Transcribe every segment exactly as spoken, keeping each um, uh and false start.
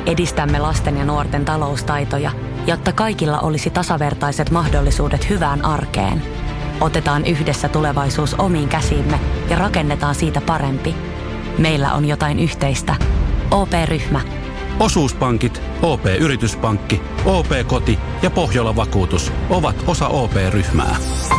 Edistämme lasten ja nuorten taloustaitoja, jotta kaikilla olisi tasavertaiset mahdollisuudet hyvään arkeen. Otetaan yhdessä tulevaisuus omiin käsiimme ja rakennetaan siitä parempi. Meillä on jotain yhteistä. O P-ryhmä. Osuuspankit, O P-yrityspankki, O P-koti ja Pohjola-vakuutus ovat osa O P-ryhmää.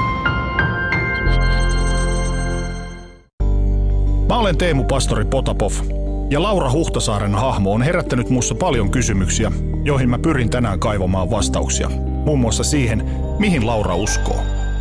Mä olen Teemu Pastori Potapov ja Laura Huhtasaaren hahmo on herättänyt minussa paljon kysymyksiä, joihin mä pyrin tänään kaivamaan vastauksia. Muun muassa siihen, mihin Laura uskoo.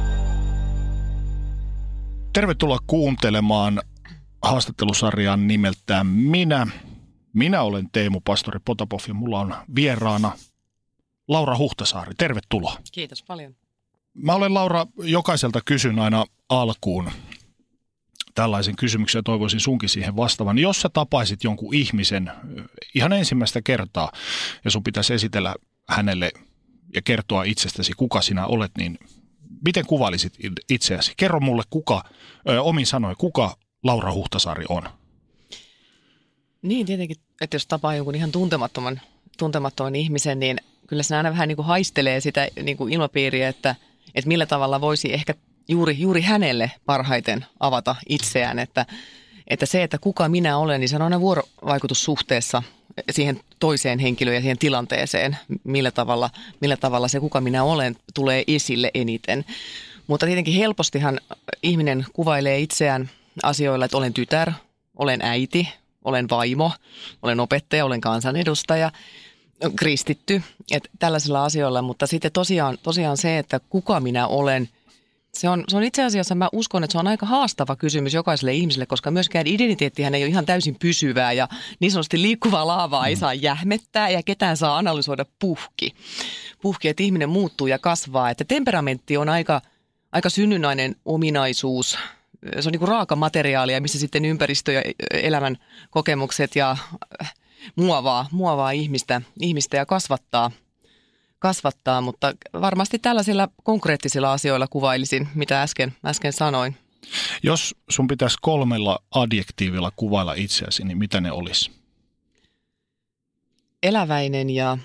Tervetuloa kuuntelemaan haastattelusarjaan nimeltään Minä. Minä olen Teemu Pastori Potapov ja mulla on vieraana Laura Huhtasaari. Tervetuloa. Kiitos paljon. Mä olen, Laura, jokaiselta kysyn aina alkuun tällaisen kysymyksen ja toivoisin sunkin siihen vastaavan. Jos sä tapaisit jonkun ihmisen ihan ensimmäistä kertaa ja sun pitäisi esitellä hänelle ja kertoa itsestäsi, kuka sinä olet, niin miten kuvailisit itseäsi? Kerro mulle, kuka, ö, omin sanoin, kuka Laura Huhtasaari on? Niin, tietenkin, että jos tapaa jonkun ihan tuntemattoman, tuntemattoman ihmisen, niin kyllä se aina vähän niin kuin haistelee sitä niin kuin ilmapiiriä, että, että millä tavalla voisi ehkä juuri, juuri hänelle parhaiten avata itseään. Että, että se, että kuka minä olen, niin se on aina vuorovaikutussuhteessa siihen toiseen henkilöön ja siihen tilanteeseen, millä tavalla, millä tavalla se kuka minä olen tulee esille eniten. Mutta tietenkin helpostihan ihminen kuvailee itseään asioilla, että olen tytär, olen äiti, olen vaimo, olen opettaja, olen kansanedustaja, kristitty, että tällaisilla asioilla. Mutta sitten tosiaan, tosiaan se, että kuka minä olen, se on, se on itse asiassa, mä uskon, että se on aika haastava kysymys jokaiselle ihmiselle, koska myöskään identiteettihän ei ole ihan täysin pysyvää ja niin sanotusti liikkuvaa laavaa ei saa jähmettää ja ketään saa analysoida puhki. Puhki, että ihminen muuttuu ja kasvaa, että temperamentti on aika, aika synnynnäinen ominaisuus. Se on niin kuin raaka materiaalia, missä sitten ympäristö ja elämän kokemukset ja muovaa, muovaa ihmistä, ihmistä ja kasvattaa, kasvattaa, mutta varmasti tällaisilla konkreettisilla asioilla kuvailisin, mitä äsken, äsken sanoin. Jos sun pitäisi kolmella adjektiivilla kuvailla itseäsi, niin mitä ne olisi? Eläväinen ja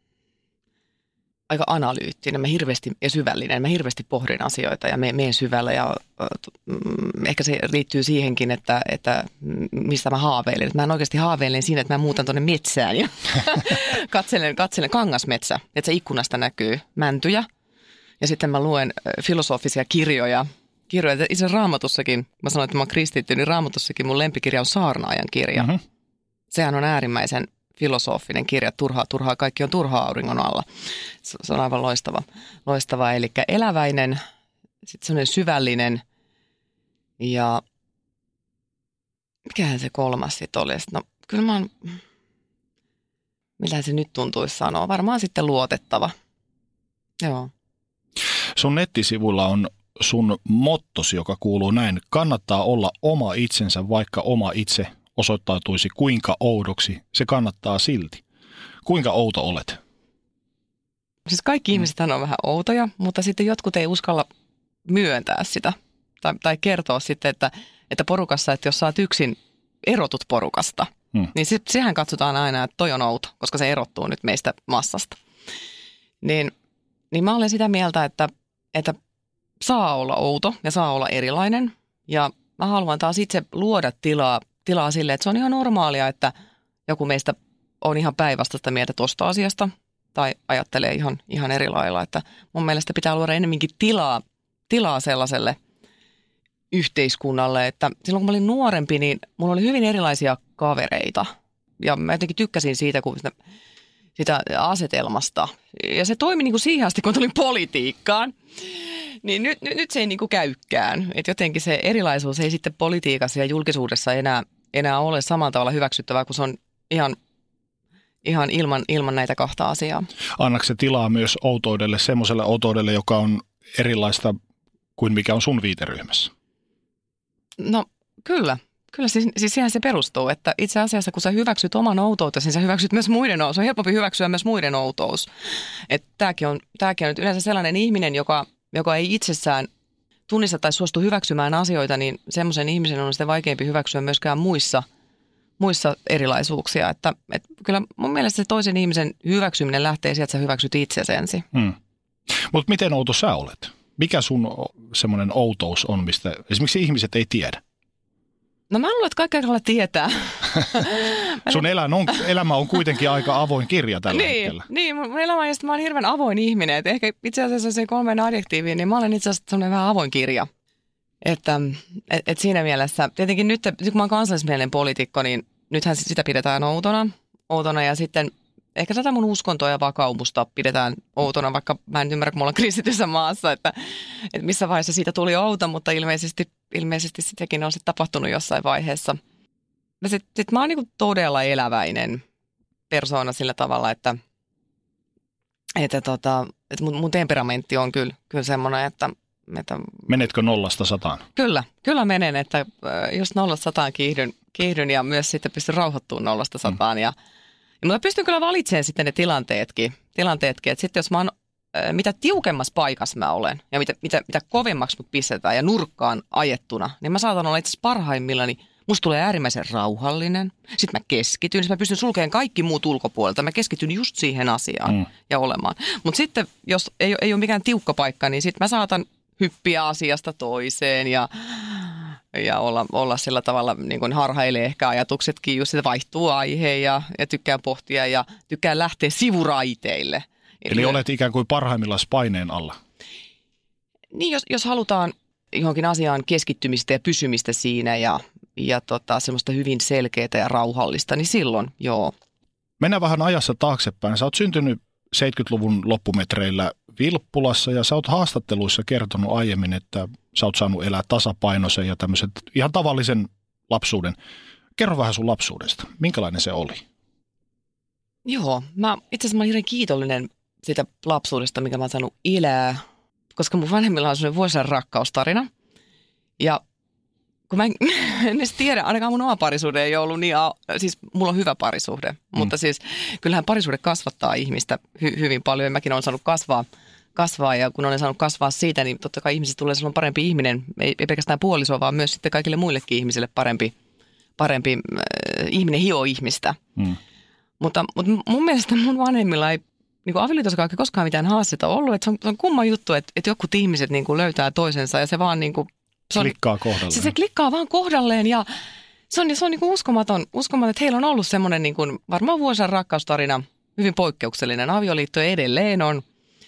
aika analyyttinen, mä hirveästi ja syvällinen. Mä hirveästi pohdin asioita ja menen syvällä ja mm, ehkä se liittyy siihenkin, että, että mistä mä haaveilen. Mä en oikeasti haaveilen siinä, että mä muutan tuonne metsään ja katselen, katselen kangasmetsä, että se ikkunasta näkyy mäntyjä. Ja sitten mä luen filosofisia kirjoja. kirjoja. Itse Raamatussakin, mä sanoin, että mä oon kristitty, niin Raamatussakin mun lempikirja on Saarnaajan kirja. Mm-hmm. Sehän on äärimmäisen filosofinen kirja, turhaa, turhaa, kaikki on turhaa auringon alla. Se on aivan loistava. loistava. Eli eläväinen, sitten semmoinen syvällinen ja mikähän se kolmas sitten oli? No kyllä mä oon, mitä se nyt tuntuisi sanoa, varmaan sitten luotettava. Joo. Sun nettisivuilla on sun mottosi, joka kuuluu näin: kannattaa olla oma itsensä, vaikka oma itse osoittautuisi kuinka oudoksi, se kannattaa silti. Kuinka outo olet? Siis kaikki ihmiset on vähän outoja, mutta sitten jotkut ei uskalla myöntää sitä. Tai, tai kertoa sitten, että, että porukassa, että jos sä oot yksin, erotut porukasta, hmm. niin se, sehän katsotaan aina, että toi on outo, koska se erottuu nyt meistä massasta. Niin, niin mä olen sitä mieltä, että, että saa olla outo ja saa olla erilainen. Ja mä haluan taas itse luoda tilaa tilaa sille, että se on ihan normaalia, että joku meistä on ihan päinvastaista mieltä tuosta asiasta tai ajattelee ihan, ihan eri lailla. Että mun mielestä pitää luoda enemmänkin tilaa, tilaa sellaiselle yhteiskunnalle, että silloin kun mä olin nuorempi, niin mulla oli hyvin erilaisia kavereita ja mä jotenkin tykkäsin siitä, kun sitä, sitä asetelmasta. Ja se toimi niin kuin siihen asti, kun tulin politiikkaan. Niin nyt, nyt, nyt se ei niin kuin käykään. Että jotenkin se erilaisuus ei sitten politiikassa ja julkisuudessa enää, enää ole samalla tavalla hyväksyttävää, kun se on ihan, ihan ilman, ilman näitä kahta asiaa. Annatko se tilaa myös outoudelle, semmoiselle outoudelle, joka on erilaista kuin mikä on sun viiteryhmässä? No kyllä. Kyllä siis, siis siihen se perustuu, että itse asiassa kun sä hyväksyt oman outoutesi, niin sä hyväksyt myös muiden outous. Se on helpompi hyväksyä myös muiden outous. Että tämäkin on, tämäkin on nyt yleensä sellainen ihminen, joka, joka ei itsessään tunnista tai suostu hyväksymään asioita, niin semmoisen ihmisen on sitten vaikeampi hyväksyä myöskään muissa, muissa erilaisuuksia. Että, että kyllä mun mielestä se toisen ihmisen hyväksyminen lähtee sieltä, että sä hyväksyt itsesi ensin. Hmm. Mutta miten outo sä olet? Mikä sun semmoinen outous on, mistä esimerkiksi ihmiset ei tiedä? No mä luulen, että kaikki aika tietää. Sun elämä on, elämä on kuitenkin aika avoin kirja tällä niin, hetkellä. Niin, mun elämä on, mä oon hirveän avoin ihminen. Et ehkä itse asiassa se kolmeen adjektiiviin, niin mä olen itse asiassa semmoinen vähän avoin kirja. Että et, et siinä mielessä, tietenkin nyt, kun mä oon kansallismielinen poliitikko, niin nythän sitä pidetään outona. outona ja sitten ehkä tätä mun uskontoa ja vakaumusta pidetään outona, vaikka mä en ymmärrä, kun mulla on kristityssä maassa, että, että missä vaiheessa siitä tuli outo, mutta ilmeisesti, ilmeisesti sitäkin on sitten tapahtunut jossain vaiheessa. Ja sitten sit mä oon niinku todella eläväinen persoona sillä tavalla, että, että, tota, että mun, mun temperamentti on kyllä, kyllä semmoinen, että, että... Menetkö nollasta sataan? Kyllä, kyllä menen, että jos nollasta sataan kiihdyn, kiihdyn ja myös sitten pystyn rauhoittumaan nollasta sataan. Mm. Ja, ja mutta pystyn kyllä valitsemaan sitten ne tilanteetkin, tilanteetkin. Että sitten jos mä oon, mitä tiukemmassa paikassa mä olen ja mitä, mitä, mitä kovemmaksi mut pistetään ja nurkkaan ajettuna, niin mä saatan olla itse asiassa parhaimmillani. Musta tulee äärimmäisen rauhallinen. Sitten mä keskityn, mä pystyn sulkemaan kaikki muut ulkopuolelta. Mä keskityn just siihen asiaan mm. ja olemaan. Mutta sitten, jos ei, ei ole mikään tiukka paikka, niin sitten mä saatan hyppiä asiasta toiseen ja, ja olla, olla sillä tavalla, niin kuin harhailee ehkä ajatuksetkin, just se vaihtuu aihe ja, ja tykkään pohtia ja tykkään lähteä sivuraiteille. Eli, Eli olet ikään kuin parhaimmillaan paineen alla. Niin, jos, jos halutaan johonkin asiaan keskittymistä ja pysymistä siinä ja ja tota, semmoista hyvin selkeää ja rauhallista, niin silloin joo. Mennään vähän ajassa taaksepäin. Sä oot syntynyt seitsemänkymmentäluvun loppumetreillä Vilppulassa ja sä oot haastatteluissa kertonut aiemmin, että sä oot saanut elää tasapainoisen ja tämmöisen ihan tavallisen lapsuuden. Kerro vähän sun lapsuudesta. Minkälainen se oli? Joo, mä itse asiassa mä olen hirveän kiitollinen siitä lapsuudesta, mikä mä oon saanut elää, koska mun vanhemmilla on sellainen vuosien rakkaustarina. Ja kun mä en, en edes tiedä, ainakaan mun oma parisuhde ei ollut niin, siis mulla on hyvä parisuhde, mm. mutta siis kyllähän parisuhde kasvattaa ihmistä hy, hyvin paljon. Mäkin olen saanut kasvaa, kasvaa ja kun olen saanut kasvaa siitä, niin totta kai ihmisistä tulee silloin parempi ihminen, ei, ei pelkästään puoliso, vaan myös sitten kaikille muillekin ihmisille parempi, parempi äh, ihminen hioo ihmistä. Mm. Mutta, mutta mun mielestä mun vanhemmilla ei niin avioliitossakaan koskaan mitään haastetta ollut, että se on, se on kumma juttu, että, että jotkut ihmiset niin kuin löytää toisensa ja se vaan niin kuin Se on, klikkaa kohdalleen. Se, se klikkaa vaan kohdalleen ja se on, se on niin kuin uskomaton, uskomaton, että heillä on ollut semmoinen niin kuin varmaan vuosien rakkaustarina, hyvin poikkeuksellinen avioliitto edelleen on.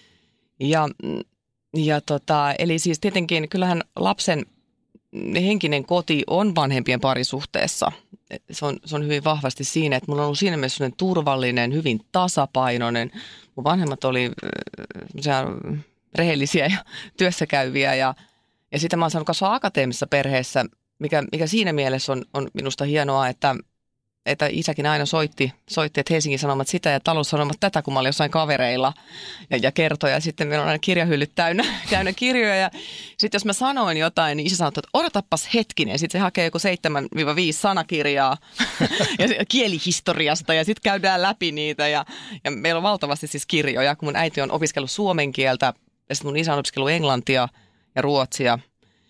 Ja, ja tota, eli siis tietenkin kyllähän lapsen henkinen koti on vanhempien parisuhteessa. Se on, se on hyvin vahvasti siinä, että mulla on ollut siinä mielessä sellainen turvallinen, hyvin tasapainoinen. Mun vanhemmat oli äh, rehellisiä ja työssäkäyviä ja Ja sitten mä oon saanut kasvaa akateemisessa perheessä, mikä, mikä siinä mielessä on, on minusta hienoa, että, että isäkin aina soitti, soitti, että Helsingin Sanomat sitä ja Taloussanomat tätä, kun mä olin jossain kavereilla ja, ja kertoi. Ja sitten meillä on aina kirjahyllyt täynnä, täynnä kirjoja. Ja sitten jos mä sanoin jotain, niin isä sanoi, että odotappas hetkinen. Sitten se hakee joku seitsemän viisi sanakirjaa ja kielihistoriasta ja sitten käydään läpi niitä. Ja, ja meillä on valtavasti siis kirjoja, kun mun äiti on opiskellut suomen kieltä ja sitten mun isä on opiskellut englantia ja ruotsia.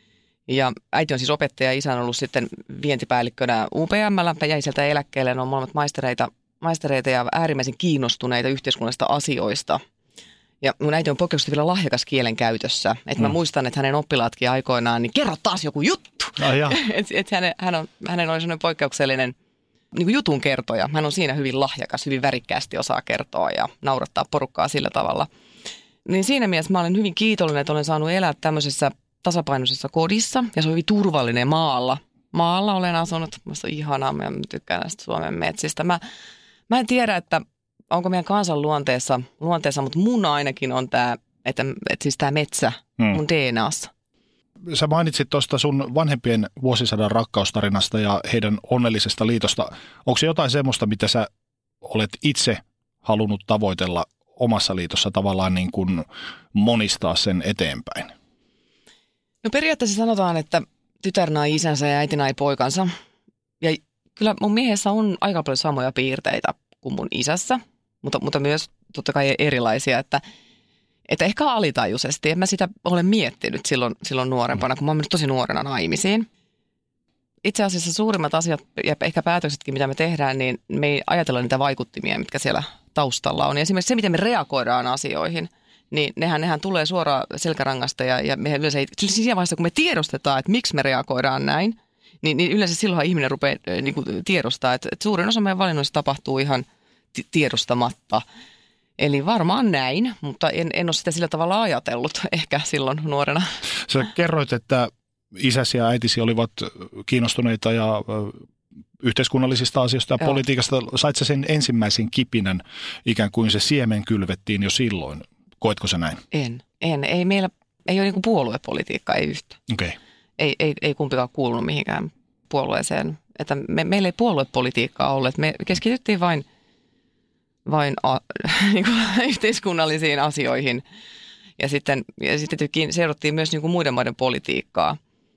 Ja äiti on siis opettaja ja isä on ollut sitten vientipäällikkönä U P M:llä. Mä jäin sieltä eläkkeelle, ne on molemmat maistereita, maistereita ja äärimmäisen kiinnostuneita yhteiskunnallisista asioista. Ja mun äiti on poikkeuksellisesti vielä lahjakas kielen käytössä. Että mä mm. muistan, että hänen oppilaatkin aikoinaan, niin kerro taas joku juttu. Oh, että et hänen, hän on, hänen oli sellainen poikkeuksellinen niin kuin jutun kertoja. Hän on siinä hyvin lahjakas, hyvin värikkäästi osaa kertoa ja naurattaa porukkaa sillä tavalla. Niin siinä mielessä mä olen hyvin kiitollinen, että olen saanut elää tämmöisessä tasapainoisessa kodissa ja se on hyvin turvallinen maalla. Maalla olen asunut, musta on ihanaa, mä tykkään näistä Suomen metsistä. Mä, mä en tiedä, että onko meidän kansan luonteessa, luonteessa mutta mun ainakin on tämä, että, että siis tämä metsä hmm. mun D N A:ssa. Sä mainitsit tuosta sun vanhempien vuosisadan rakkaustarinasta ja heidän onnellisesta liitosta. Onko se jotain semmoista, mitä sä olet itse halunnut tavoitella omassa liitossa tavallaan niin kuin monistaa sen eteenpäin? No periaatteessa sanotaan, että tytär nai isänsä ja äiti nai poikansa. Ja kyllä mun miehessä on aika paljon samoja piirteitä kuin mun isässä, mutta, mutta myös totta kai erilaisia, että, että ehkä alitajuisesti. En mä sitä ole miettinyt silloin, silloin nuorempana, kun mä oon mennyt tosi nuorena naimisiin. itse asiassa suurimmat asiat ja ehkä päätöksetkin, mitä me tehdään, niin me ei ajatella niitä vaikuttimia, mitkä siellä taustalla on. Ja esimerkiksi se, miten me reagoidaan asioihin, niin nehän, nehän tulee suoraan selkärangasta ja, ja me yleensä ei, siinä vaiheessa, kun me tiedostetaan, että miksi me reagoidaan näin, niin, niin yleensä silloin ihminen rupeaa niin kuin tiedostaa, että, että suurin osa meidän valinnoista tapahtuu ihan t- tiedostamatta. Eli varmaan näin, mutta en, en ole sitä sillä tavalla ajatellut ehkä silloin nuorena. Sä kerroit, että isäsi ja äitisi olivat kiinnostuneita ja yhteiskunnallisista asioista ja Joo. politiikasta. Sait sä sen ensimmäisen kipinän, ikään kuin se siemen kylvettiin jo silloin? Koetko sä näin? En, en. Ei meillä, ei ole niin kuin puoluepolitiikkaa, ei yhtä. Okay. Ei, ei, ei kumpikaan kuulunut mihinkään puolueeseen. Että me, meillä ei puoluepolitiikkaa ollut. Me keskityttiin vain, vain a, niin kuin yhteiskunnallisiin asioihin. Ja sitten, ja sitten seurattiin myös niin kuin muiden maiden politiikkaa.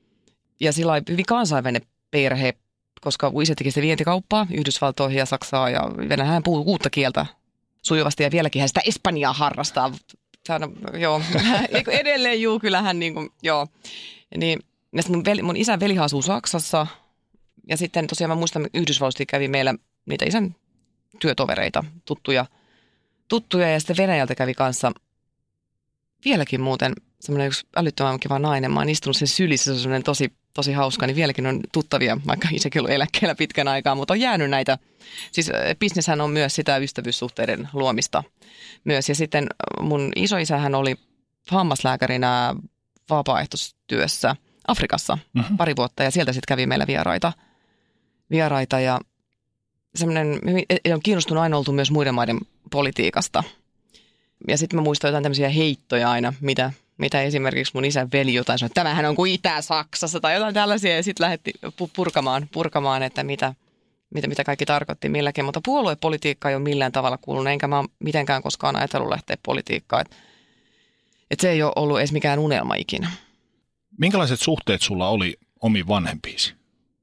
Ja sillä oli hyvin kansainvälinen perhe, koska isä teki sitä vientikauppaa Yhdysvaltoihin ja Saksaan. Ja Venäjähän puhuu kuutta kieltä sujuvasti ja vieläkin hän sitä Espanjaa harrastaa. Saada, joo, edelleen juu, kyllähän niin kuin, joo. Niin, ja mun, veli, mun isän veli asuu Saksassa ja sitten tosiaan mä muistan, että Yhdysvalloista kävi meillä niitä isän työtovereita, tuttuja, tuttuja ja sitten Venäjältä kävi kanssa vieläkin muuten semmoinen yksi älyttömän kiva nainen. Mä oon istunut sen sylissä, se on semmoinen tosi, tosi hauska, niin vieläkin on tuttavia, vaikka isäkin ollut eläkkeellä pitkän aikaa, mutta on jäänyt näitä. Siis bisneshän on myös sitä ystävyyssuhteiden luomista myös. Ja sitten mun isoisähän oli hammaslääkärinä vapaaehtoistyössä Afrikassa mm-hmm. pari vuotta ja sieltä sitten kävi meillä vieraita. vieraita ja semmoinen, on kiinnostunut aina oltu myös muiden maiden politiikasta. Ja sitten mä muistan jotain tämmöisiä heittoja aina, mitä, mitä esimerkiksi mun isän veli jotain sanoi, että tämähän on kuin Itä-Saksassa tai jotain tällaisia. Ja sitten lähdettiin purkamaan, purkamaan, että mitä, mitä, mitä kaikki tarkoitti milläkin. Mutta puoluepolitiikka ei ole millään tavalla kuulunut, enkä mä mitenkään koskaan ajatellut lähteä politiikkaan. Että et se ei ole ollut edes mikään unelma ikinä. Minkälaiset suhteet sulla oli omiin vanhempiisi?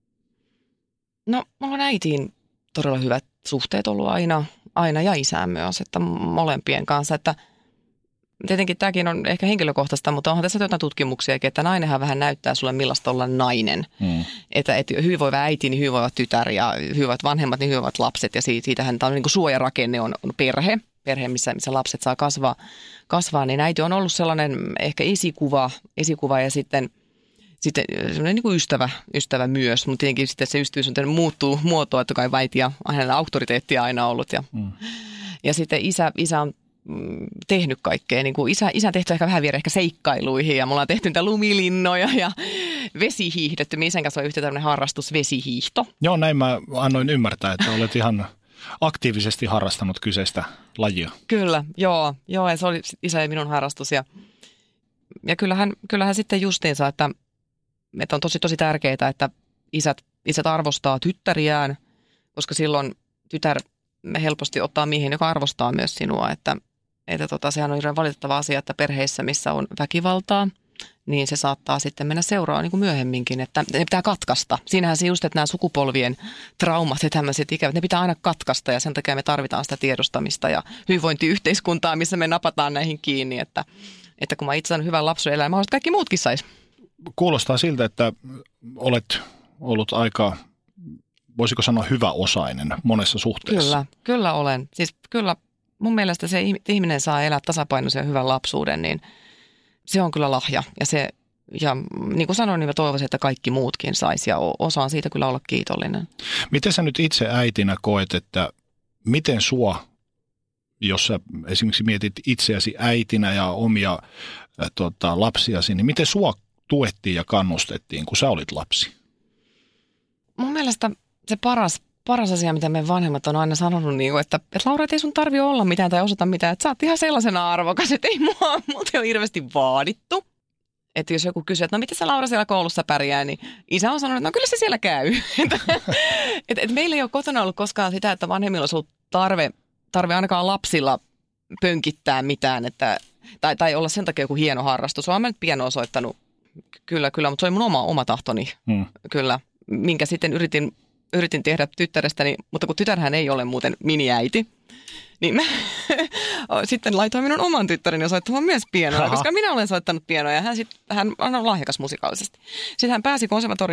No, mulla on äitiin todella hyvät suhteet ollut aina. Aina ja isään myös, että molempien kanssa, että tietenkin tämäkin on ehkä henkilökohtaista, mutta onhan tässä jotain tutkimuksiakin, että nainenhan vähän näyttää sulle millaista olla nainen. Mm. Että, että hyvinvoiva äiti, niin hyvinvoiva tytär ja hyvinvoivat vanhemmat, niin hyvinvoivat lapset ja siitähän tämä on niin kuin suojarakenne on, on perhe, perhe missä, missä lapset saa kasvaa, kasvaa, niin äiti on ollut sellainen ehkä esikuva, esikuva ja sitten Sitten semmoinen niin kuin ystävä, ystävä myös, mutta tietenkin sitten se ystävyys on muuttuu muotoa, että kai väiti ja hänellä auktoriteettia aina ollut. Ja, mm. ja sitten isä, isä on tehnyt kaikkea. Niin kuin isä, isä on tehty ehkä vähän vielä ehkä seikkailuihin ja me ollaan tehty niitä lumilinnoja ja vesihiihdetty. Me isän kanssa on yhtä tämmöinen harrastus vesihiihto. Joo, näin mä annoin ymmärtää, että olet ihan aktiivisesti harrastanut kyseistä lajia. Kyllä, joo, joo ja se oli isä ja minun harrastus. Ja, ja kyllähän, kyllähän sitten justiinsa, että Että on tosi, tosi tärkeää, että isät, isät arvostaa tyttäriään, koska silloin tytär helposti ottaa miehen, joka arvostaa myös sinua. Että, että tota, sehän on hirveän valitettava asia, että perheissä, missä on väkivaltaa, niin se saattaa sitten mennä seuraan niin kuin myöhemminkin, että ne pitää katkaista. Siinähän se just, että nämä sukupolvien traumat ja tämmöiset ikävät, ne pitää aina katkaista ja sen takia me tarvitaan sitä tiedostamista ja hyvinvointiyhteiskuntaa, missä me napataan näihin kiinni, että, että kun mä itse olen hyvän lapsuuden elämä, mä kaikki muutkin sais. Kuulostaa siltä, että olet ollut aika, voisiko sanoa hyväosainen monessa suhteessa. Kyllä, kyllä olen. Siis kyllä mun mielestä se ihminen saa elää tasapainoisen ja hyvän lapsuuden, niin se on kyllä lahja. Ja, se, ja niin kuin sanoin, niin mä toivoisin, että kaikki muutkin saisi ja osaan siitä kyllä olla kiitollinen. Miten sä nyt itse äitinä koet, että miten sua, jos sä esimerkiksi mietit itseäsi äitinä ja omia äh, tota, lapsiasi, niin miten sua tuettiin ja kannustettiin, kun sä olit lapsi? Mun mielestä se paras, paras asia, mitä meidän vanhemmat on aina sanonut, niin kuin, että, että Laura, ei sun tarvitse olla mitään tai osata mitään, että sä oot ihan sellaisena arvokas, että ei mua muuten ole hirveästi vaadittu. Että jos joku kysyy, että no miten sä Laura siellä koulussa pärjää, niin isä on sanonut, että no kyllä se siellä käy. että et, et meillä ei ole kotona ollut koskaan sitä, että vanhemmilla olisi ollut tarve, tarve ainakaan lapsilla pönkittää mitään, että, tai, tai olla sen takia joku hieno harrastus. Olen mä nyt pianoa soittanut. Kyllä, kyllä, mutta se oli mun oma, oma tahtoni, hmm. kyllä, minkä sitten yritin, yritin tehdä tyttärestäni, mutta kun tytärhän ei ole muuten miniäiti, niin mä sitten laitoin minun oman tyttäreni soittamaan myös pianoa, koska minä olen soittanut pianoa ja hän, sit, hän on lahjakas musikaalisesti. Sitten hän pääsi konservatorioon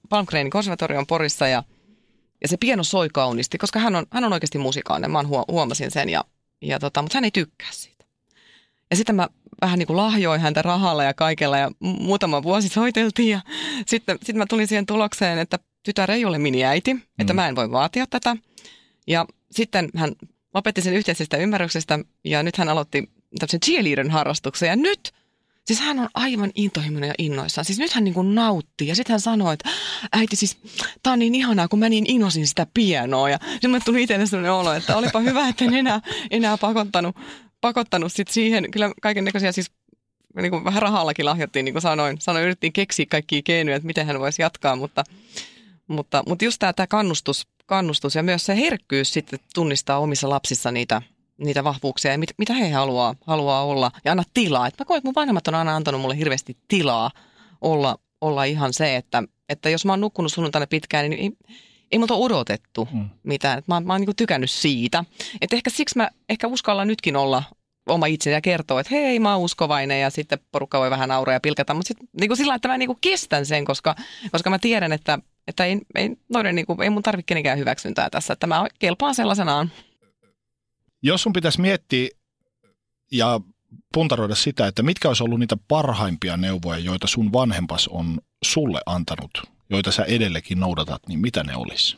Palmgrenin konservatorion Porissa ja, ja se piano soi kauniisti, koska hän on, hän on oikeasti musikaalinen, mä huomasin sen, ja, ja tota, mutta hän ei tykkää siitä. Ja sitten mä vähän niin kuin lahjoin häntä rahalla ja kaikella ja muutama vuosi soiteltiin ja sitten, sitten mä tulin siihen tulokseen, että tytär ei ole miniäiti, mm. että mä en voi vaatia tätä. Ja sitten hän lopetti sen yhteisestä ymmärryksestä ja nyt hän aloitti tämmöisen cheerleadern harrastuksen ja nyt, siis hän on aivan intohimoinen ja innoissaan. Siis nyt hän niin kuin nautti ja sitten hän sanoi, että äiti siis, tää on niin ihanaa, kun mä niin innosin sitä pianoa ja sitten mä tuli itselle sellainen olo, että olipa hyvä, että en enää, enää pakottanut. pakottanut sit siihen, kyllä kaiken näköisiä siis niin kuin vähän rahallakin lahjattiin, niin kuin sanoin, sanoin, yritettiin keksiä kaikkia keinoja, että miten hän voisi jatkaa, mutta, mutta, mutta just tämä, tämä kannustus, kannustus ja myös se herkkyys sitten tunnistaa omissa lapsissa niitä, niitä vahvuuksia ja mit, mitä he haluaa, haluaa olla ja anna tilaa. Et mä koen, että mun vanhemmat on aina antanut mulle hirveästi tilaa olla, olla ihan se, että, että jos mä oon nukkunut sunnuntaina pitkään, niin ei, ei multa ole odotettu hmm. mitään. Mä, mä oon niin tykännyt siitä. Että ehkä siksi mä ehkä uskallan nytkin olla oma itseni ja kertoo, että hei, mä oon uskovainen ja sitten porukka voi vähän nauraa ja pilkata. Mutta sitten niin sillä lailla, että mä niin kestän sen, koska, koska mä tiedän, että, että ei, ei, noiden, niin kuin, ei mun tarvitse kenenkään hyväksyntää tässä. Että mä kelpaan sellaisenaan. Jos sun pitäisi miettiä ja puntaroida sitä, että mitkä olisi ollut niitä parhaimpia neuvoja, joita sun vanhempas on sulle antanut, joita sä edellekin noudatat, niin mitä ne olisi?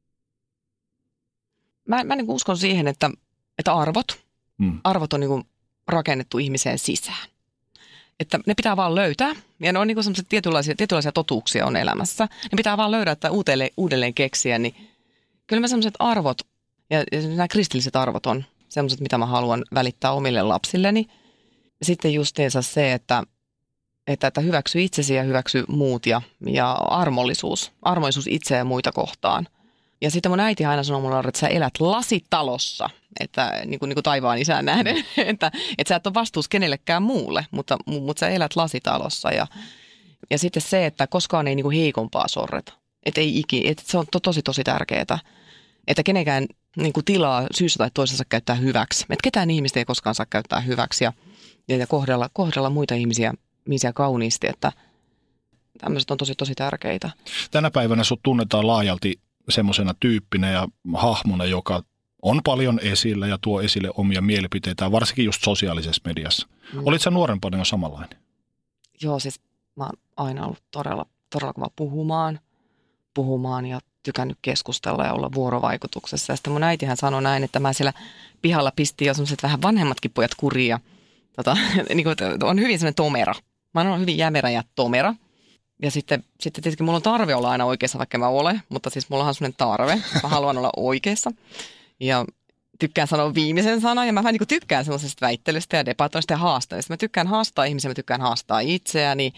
Mä, mä niin kuin uskon siihen, että, että arvot, hmm. arvot on niin kuin rakennettu ihmiseen sisään. Että ne pitää vaan löytää, ja ne on niin kuin sellaiset tietynlaisia, tietynlaisia totuuksia on elämässä. Ne pitää vaan löydä, että uudelleen, uudelleen keksiä, niin kyllä mä sellaiset arvot, ja, ja nämä kristilliset arvot on sellaiset, mitä mä haluan välittää omille lapsilleni. Sitten justiinsa se, että Että, että hyväksy itsesi ja hyväksy muut ja, ja armollisuus. Armollisuus itseä ja muita kohtaan. Ja sitten mun äiti aina sanoo mulle, että sä elät lasitalossa, että niin kuin, niin kuin taivaan isään nähden, että, että sä et ole vastuus kenellekään muulle, mutta, mutta sä elät lasitalossa. Ja, ja sitten se, että koskaan ei niin kuin heikompaa sorreta. Että ei iki, että se on to, tosi tosi tärkeää, että kenenkään niin kuin tilaa syystä tai toisessa käyttää hyväksi. Että ketään ihmistä ei koskaan saa käyttää hyväksi ja, ja kohdella, kohdella muita ihmisiä ihmisiä kauniisti, että tämmöiset on tosi, tosi tärkeitä. Tänä päivänä sut tunnetaan laajalti semmoisena tyyppinä ja hahmona, joka on paljon esillä ja tuo esille omia mielipiteitä, varsinkin just sosiaalisessa mediassa. Mm. Olit sä nuorempana jo samanlainen? Joo, siis mä oon aina ollut todella, todella kova puhumaan, puhumaan ja tykännyt keskustella ja olla vuorovaikutuksessa. Ja sitten mun äitihän sanoi näin, että mä siellä pihalla pistin jo semmoiset vähän vanhemmatkin pojat kuriin. Tota, niin kuin, on hyvin semmoinen tomera. Mä oon hyvin jämerä ja tomera. Ja sitten, sitten tietenkin mulla on tarve olla aina oikeassa, vaikka mä ole. Mutta siis mulla on semmoinen tarve. Mä haluan olla oikeassa. Ja tykkään sanoa viimeisen sanan. Ja mä vähän niin kuin tykkään semmoisesta väittelystä ja debatoista ja haastamista. Mä tykkään haastaa ihmisiä, mä tykkään haastaa itseäni.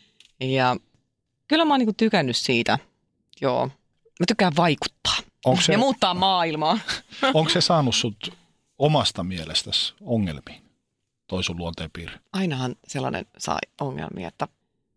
Ja kyllä mä oon niin kuin tykännyt siitä. Joo. Mä tykkään vaikuttaa. Se, ja muuttaa maailmaa. Onko se saanut sut omasta mielestäsi ongelmiin? Toi sun luonteenpiirre. Ainahan sellainen saa ongelmia, että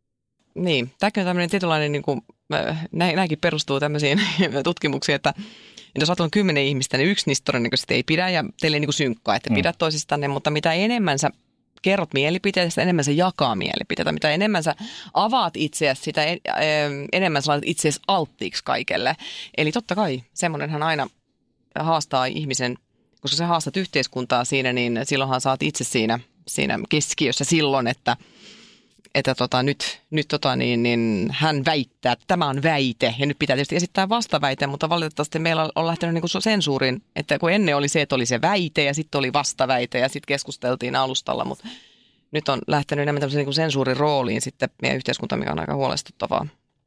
niin, tämäkin on tämmöinen tietynlainen, niin kuin, nämäkin perustuu tämmöisiin tutkimuksiin, että jos on kymmenen ihmistä, niin yksi niistä todennäköisesti ei pidä ja teille ei niin kuin synkkaa, että mm. pidät toisistanne, mutta mitä enemmän sä kerrot mielipiteitä, sitä enemmän sä jakaa mielipiteitä, mitä enemmän sä avaat itseäsi, sitä enemmän sä laitat itseäsi alttiiksi kaikelle. Eli totta kai semmoinenhan aina haastaa ihmisen, koska sä haastat yhteiskuntaa siinä, niin silloinhan saat itse siinä, siinä keskiössä silloin, että, että tota, nyt, nyt tota, niin, niin, hän väittää, että tämä on väite. Ja nyt pitää tietysti esittää vastaväite, mutta valitettavasti meillä on lähtenyt niin kuin sensuuriin, että kun ennen oli se, että oli se väite ja sitten oli vastaväite ja sitten keskusteltiin alustalla, mutta nyt on lähtenyt enemmän tämmöisen niin kuin sensuurin rooliin sitten meidän yhteiskunta, mikä on aika huolestuttavaa.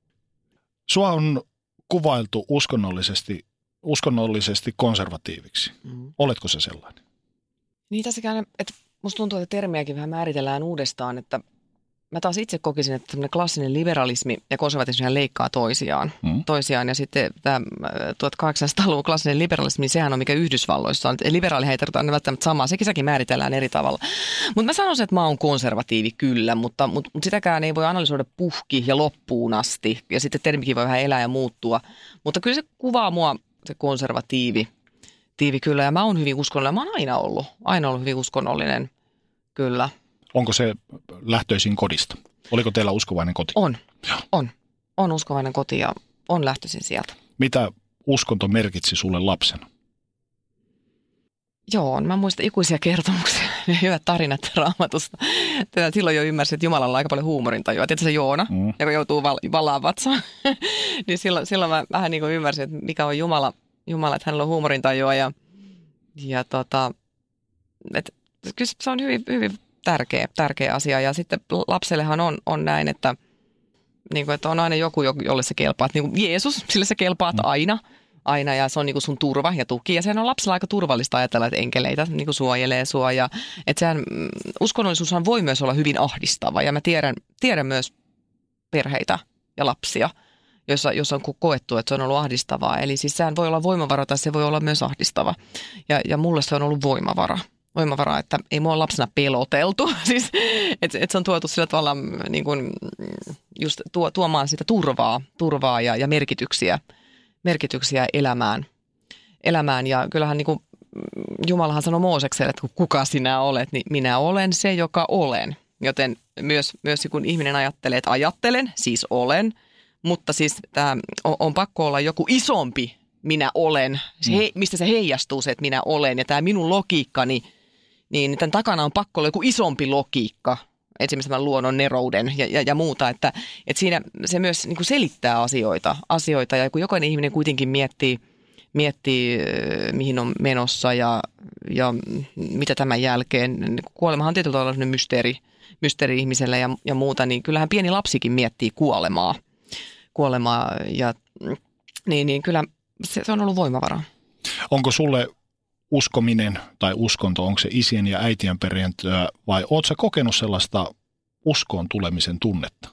Sua on kuvailtu uskonnollisesti uskonnollisesti konservatiiviksi. Mm. Oletko se sellainen? Niin tässäkään, että musta tuntuu, että termiäkin vähän määritellään uudestaan, että mä taas itse kokisin, että tämmöinen klassinen liberalismi ja konservatismi leikkaa toisiaan. Mm. toisiaan. Ja sitten tämä tuhatkahdeksansataaluvun klassinen liberalismi, niin sehän on mikä Yhdysvalloissa on. Liberaalihan ei tarvitse välttämättä samaa, sekin säkin määritellään eri tavalla. Mutta mä sanoisin, että mä oon konservatiivi kyllä, mutta, mutta, mutta sitäkään ei voi analysoida puhki ja loppuun asti. Ja sitten termikin voi vähän elää ja muuttua. Mutta kyllä se kuvaa mua, se konservatiivi tiivi kyllä. Ja mä oon hyvin uskonnollinen. Mä oon aina ollut, aina ollut hyvin uskonnollinen, kyllä. Onko se lähtöisin kodista? Oliko teillä uskovainen koti? On, on. on uskovainen koti ja on lähtöisin sieltä. Mitä uskonto merkitsi sulle lapsena? Joo, mä muistan ikuisia kertomuksia, hyvät tarinat Raamatusta. Silloin jo ymmärsin, että Jumalalla on aika paljon huumorintajua. Tiedätkö se Joona, mm. joka joutuu val- valaan vatsaan? niin silloin, silloin mä vähän niin kuin ymmärsin, että mikä on Jumala, Jumala että hänellä on huumorintajua. Ja, ja tota, että kyllä se on hyvin, hyvin tärkeä, tärkeä asia. Ja sitten lapsellehan on, on näin, että, niin kuin, että on aina joku, jolle se kelpaat. Niin kuin Jeesus, sille se kelpaat mm. aina. Aina ja se on niin kuin sun turva ja tuki ja sehän on lapsella aika turvallista ajatella, että enkeleitä niin kuin suojelee sua ja että sehän uskonnollisuushan voi myös olla hyvin ahdistava ja mä tiedän, tiedän myös perheitä ja lapsia, joissa, joissa on koettu, että se on ollut ahdistavaa. Eli siis sehän voi olla voimavara tai se voi olla myös ahdistava ja, ja mulle se on ollut voimavara. Voimavara, että ei mua lapsena peloteltu, siis että et se on tuotu sillä tavalla niin kuin just tuo, tuomaan sitä turvaa, turvaa ja, ja merkityksiä. merkityksiä elämään. elämään. Ja kyllähän niin kuin Jumalahan sanoi Moosekselle, että kuka sinä olet, niin minä olen se, joka olen. Joten myös, myös kun ihminen ajattelee, että ajattelen, siis olen, mutta siis tämä on, on pakko olla joku isompi minä olen, se he, mistä se heijastuu se, että minä olen. Ja tämä minun logiikkani, niin tämän takana on pakko olla joku isompi logiikka. Esimerkiksi tämän luonnon nerouden ja, ja, ja muuta, että, että siinä se myös niin kuin selittää asioita, asioita ja kun jokainen ihminen kuitenkin miettii, miettii mihin on menossa ja, ja mitä tämän jälkeen, kuolemahan on tietyllä tavalla sellainen mysteeri, mysteeri ihmiselle ja, ja muuta, niin kyllähän pieni lapsikin miettii kuolemaa, kuolemaa ja niin, niin kyllä se, se on ollut voimavara. Onko sulle uskominen tai uskonto, onko se isien ja äitien perintöä vai ootko sä kokenut sellaista uskoon tulemisen tunnetta?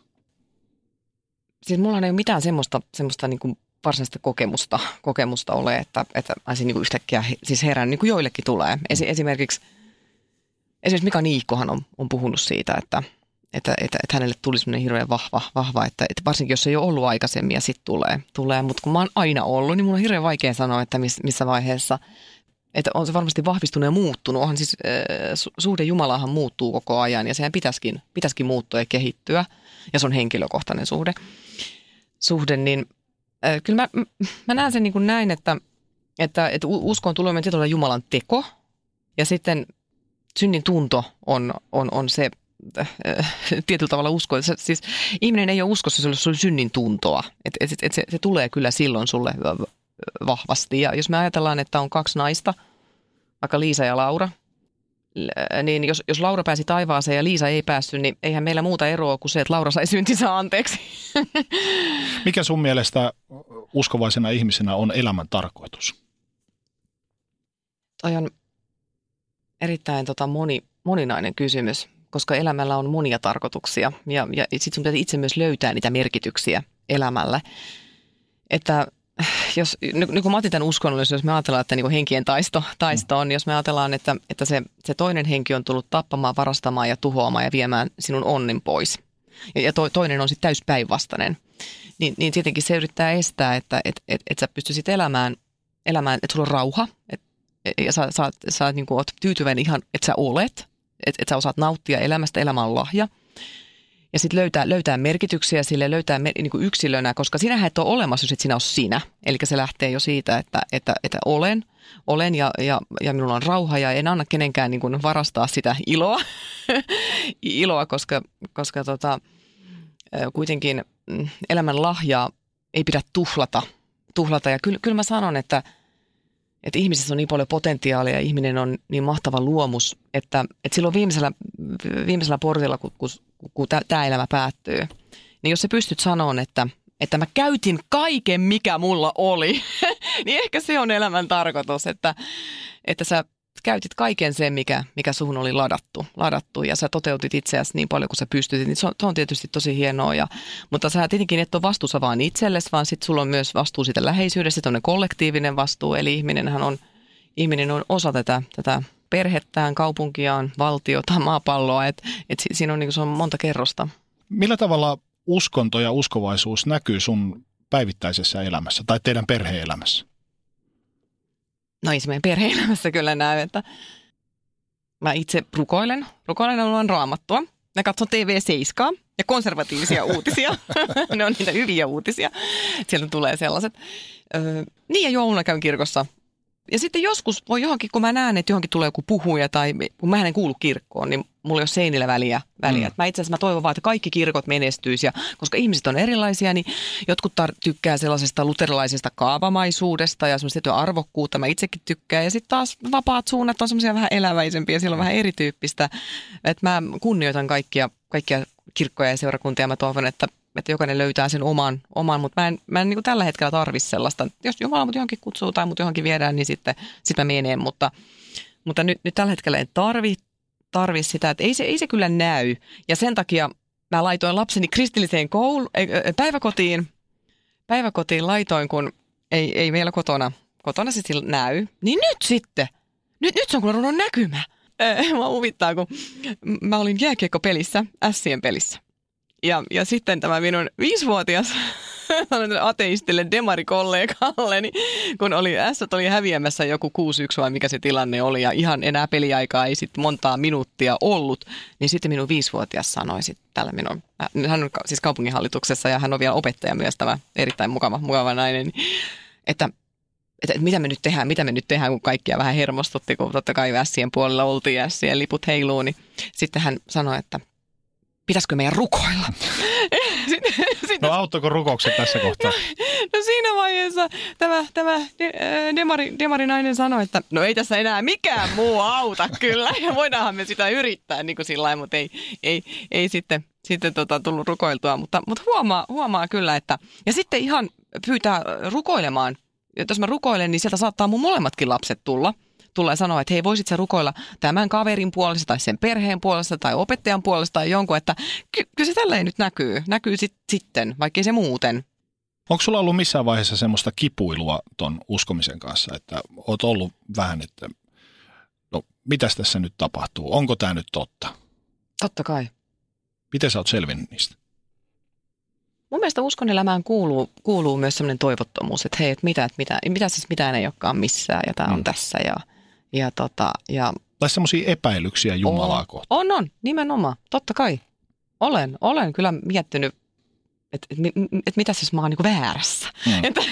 Siis mulla ei ole mitään semmoista, semmoista niin kuin varsinaista kokemusta, kokemusta ole, että, että olisin niin kuin yhtäkkiä siis herännyt, niin kuin joillekin tulee. Esi- esimerkiksi, esimerkiksi Mika Niikkohan on, on puhunut siitä, että, että, että, että hänelle tuli semmoinen hirveän vahva, vahva että, että varsinkin jos ei ole ollut aikaisemmin ja sitten tulee, tulee. Mutta kun mä oon aina ollut, niin mulla on hirveän vaikea sanoa, että miss, missä vaiheessa. Että on se varmasti vahvistunut ja muuttunut. Onhan siis äh, suhde Jumalaahan muuttuu koko ajan ja sehän pitäisikin, pitäisikin muuttua ja kehittyä. Ja se on henkilökohtainen suhde. Suhde, niin äh, kyllä mä, mä näen sen niin kuin näin, että, että, että uskoon tuleminen tietyllä Jumalan teko. Ja sitten synnin tunto on, on, on se äh, tietyllä tavalla usko. Se, siis ihminen ei ole uskossa, jos on synnin tuntoa. Et, et, et se, se tulee kyllä silloin sulle vahvasti. Ja jos me ajatellaan, että on kaksi naista, vaikka Liisa ja Laura, niin jos, jos Laura pääsi taivaaseen ja Liisa ei päässyt, niin eihän meillä muuta eroa kuin se, että Laura sai syntinsä anteeksi. Mikä sun mielestä uskovaisena ihmisenä on elämän tarkoitus? Toi on erittäin tota, moni, moninainen kysymys, koska elämällä on monia tarkoituksia ja, ja sitten sun pitää itse myös löytää niitä merkityksiä elämälle. Että jos, niin kuin mä otin tämän uskonnollisuuden, jos me ajatellaan, että niin kuin henkien taisto, taisto on, jos me ajatellaan, että, että se, se toinen henki on tullut tappamaan, varastamaan ja tuhoamaan ja viemään sinun onnin pois. Ja, ja to, toinen on sitten täys päinvastainen. Niin, niin tietenkin se yrittää estää, että et, et, et sä pystyisit elämään, elämään, että sulla on rauha. Et, ja sä, sä, sä niin kuin oot tyytyväinen ihan, että sä olet. Että et sä osaat nauttia elämästä, elämä on lahja. Ja sitten löytää, löytää merkityksiä sille, löytää me, niin kuin yksilönä, koska sinähän et ole olemassa, jos et sinä ole sinä. Eli se lähtee jo siitä, että, että, että olen, olen ja, ja, ja minulla on rauha ja en anna kenenkään niin kuin varastaa sitä iloa, iloa koska, koska tota, kuitenkin elämän lahjaa ei pidä tuhlata. tuhlata. Ja kyllä, kyllä mä sanon, että, että ihmisessä on niin paljon potentiaalia ja ihminen on niin mahtava luomus, että, että silloin viimeisellä, viimeisellä portilla, kun, kun kun tämä elämä päättyy, niin jos sä pystyt sanomaan, että, että mä käytin kaiken, mikä mulla oli, niin ehkä se on elämän tarkoitus, että, että sä käytit kaiken sen, mikä, mikä suhun oli ladattu, ladattu ja sä toteutit itseäsi niin paljon kuin sä pystytit, niin se on, se on tietysti tosi hienoa. Ja, mutta sä tietenkin et ole vastuussa vaan itsellesi, vaan sitten sulla on myös vastuu siitä läheisyydestä, on kollektiivinen vastuu, eli ihminenhän on, ihminen on osa tätä, tätä perhettään, kaupunkiaan, valtiota, maapalloa, että et siinä on, niin se on monta kerrosta. Millä tavalla uskonto ja uskovaisuus näkyy sun päivittäisessä elämässä tai teidän perhe-elämässä? No ei se meidän perhe-elämässä kyllä näy, että mä itse rukoilen, rukoilen luon raamattua. Mä katson T V seitsemän, ja konservatiivisia uutisia. Ne on niitä hyviä uutisia. Sieltä tulee sellaiset. Öö, niin ja jouluna käyn kirkossa. Ja sitten joskus voi johonkin, kun mä näen, että johonkin tulee joku puhuja tai kun mä en kuulu kirkkoon, niin mulla ei ole seinillä väliä. väliä. Mm. Mä itse asiassa mä toivon vaan, että kaikki kirkot menestyisi. Ja koska ihmiset on erilaisia, niin jotkut tar- tykkää sellaisesta luterilaisesta kaavamaisuudesta ja semmoista tiettyä arvokkuutta. Mä itsekin tykkään. Ja sitten taas vapaat suunnat on semmoisia vähän eläväisempiä. Siellä on vähän erityyppistä. Että mä kunnioitan kaikkia, kaikkia kirkkoja ja seurakuntia. Mä toivon, että että jokainen löytää sen oman, oman mutta mä en, mä en niin kuin tällä hetkellä tarvitse sellaista. Jos Jumala mut johonkin kutsuu tai mut johonkin viedään, niin sitten sit mä menen, mutta, mutta nyt, nyt tällä hetkellä en tarvi, tarvi sitä, että ei se, ei se kyllä näy. Ja sen takia mä laitoin lapseni kristilliseen koulu, äh, päiväkotiin, päiväkotiin laitoin, kun ei, ei meillä kotona, kotona se sillä näy. Niin nyt sitten, nyt, nyt se on kyllä ruvennut näkymään. Äh, mä huvittaa, kun mä olin jääkiekkopelissä, Ässien pelissä. Ja, ja sitten tämä minun viisivuotias ateistille demarikollegalle, niin kun oli Ässät oli häviämässä joku kuusi yksi vai mikä se tilanne oli ja ihan enää peliaikaa ei sitten montaa minuuttia ollut, niin sitten minun viisivuotias sanoi sitten tällä minun, hän on siis kaupunginhallituksessa ja hän on vielä opettaja myös, tämä erittäin mukava, mukava nainen, niin, että Että, että mitä me nyt tehdään, mitä me nyt tehdään, kun kaikkia vähän hermostutti, kun totta kai Ässien puolella oltiin ja Ässien liput heiluu, niin sitten hän sanoi, että pitäisikö meidän rukoilla? sitten, sitten, no auttoiko rukoukset tässä kohtaa? No, no siinä vaiheessa tämä, tämä de, demari, demarinainen sanoi, että no ei tässä enää mikään muu auta kyllä. Ja voidaanhan me sitä yrittää niin kuin sillä lailla, mutta ei, ei, ei sitten, sitten tota, tullut rukoiltua. Mutta, mutta huomaa, huomaa kyllä, että ja sitten ihan pyytää rukoilemaan. Jos mä rukoilen, niin sieltä saattaa mun molemmatkin lapset tulla. Tulee sanoa, että hei, voisit sä rukoilla tämän kaverin puolesta tai sen perheen puolesta tai opettajan puolesta tai jonkun, että ky- kyllä se tälleen nyt näkyy. Näkyy sit, sitten, vaikkei se muuten. Onko sulla ollut missään vaiheessa semmoista kipuilua ton uskomisen kanssa, että oot ollut vähän, että no mitäs tässä nyt tapahtuu? Onko tämä nyt totta? Totta kai. Miten sä oot selvinnyt niistä? Mun mielestä uskon elämään kuuluu, kuuluu myös semmoinen toivottomuus, että hei, että mitä, että mitä, mitä siis mitään ei olekaan missään ja tämä on mm. tässä ja, ja tota, ja tai semmoisia epäilyksiä Jumalaa on, kohtaan. On, on, nimenomaan, totta kai. Olen, olen kyllä miettinyt, että et, et, et mitä siis mä oon niin kuin väärässä. Mm. Että,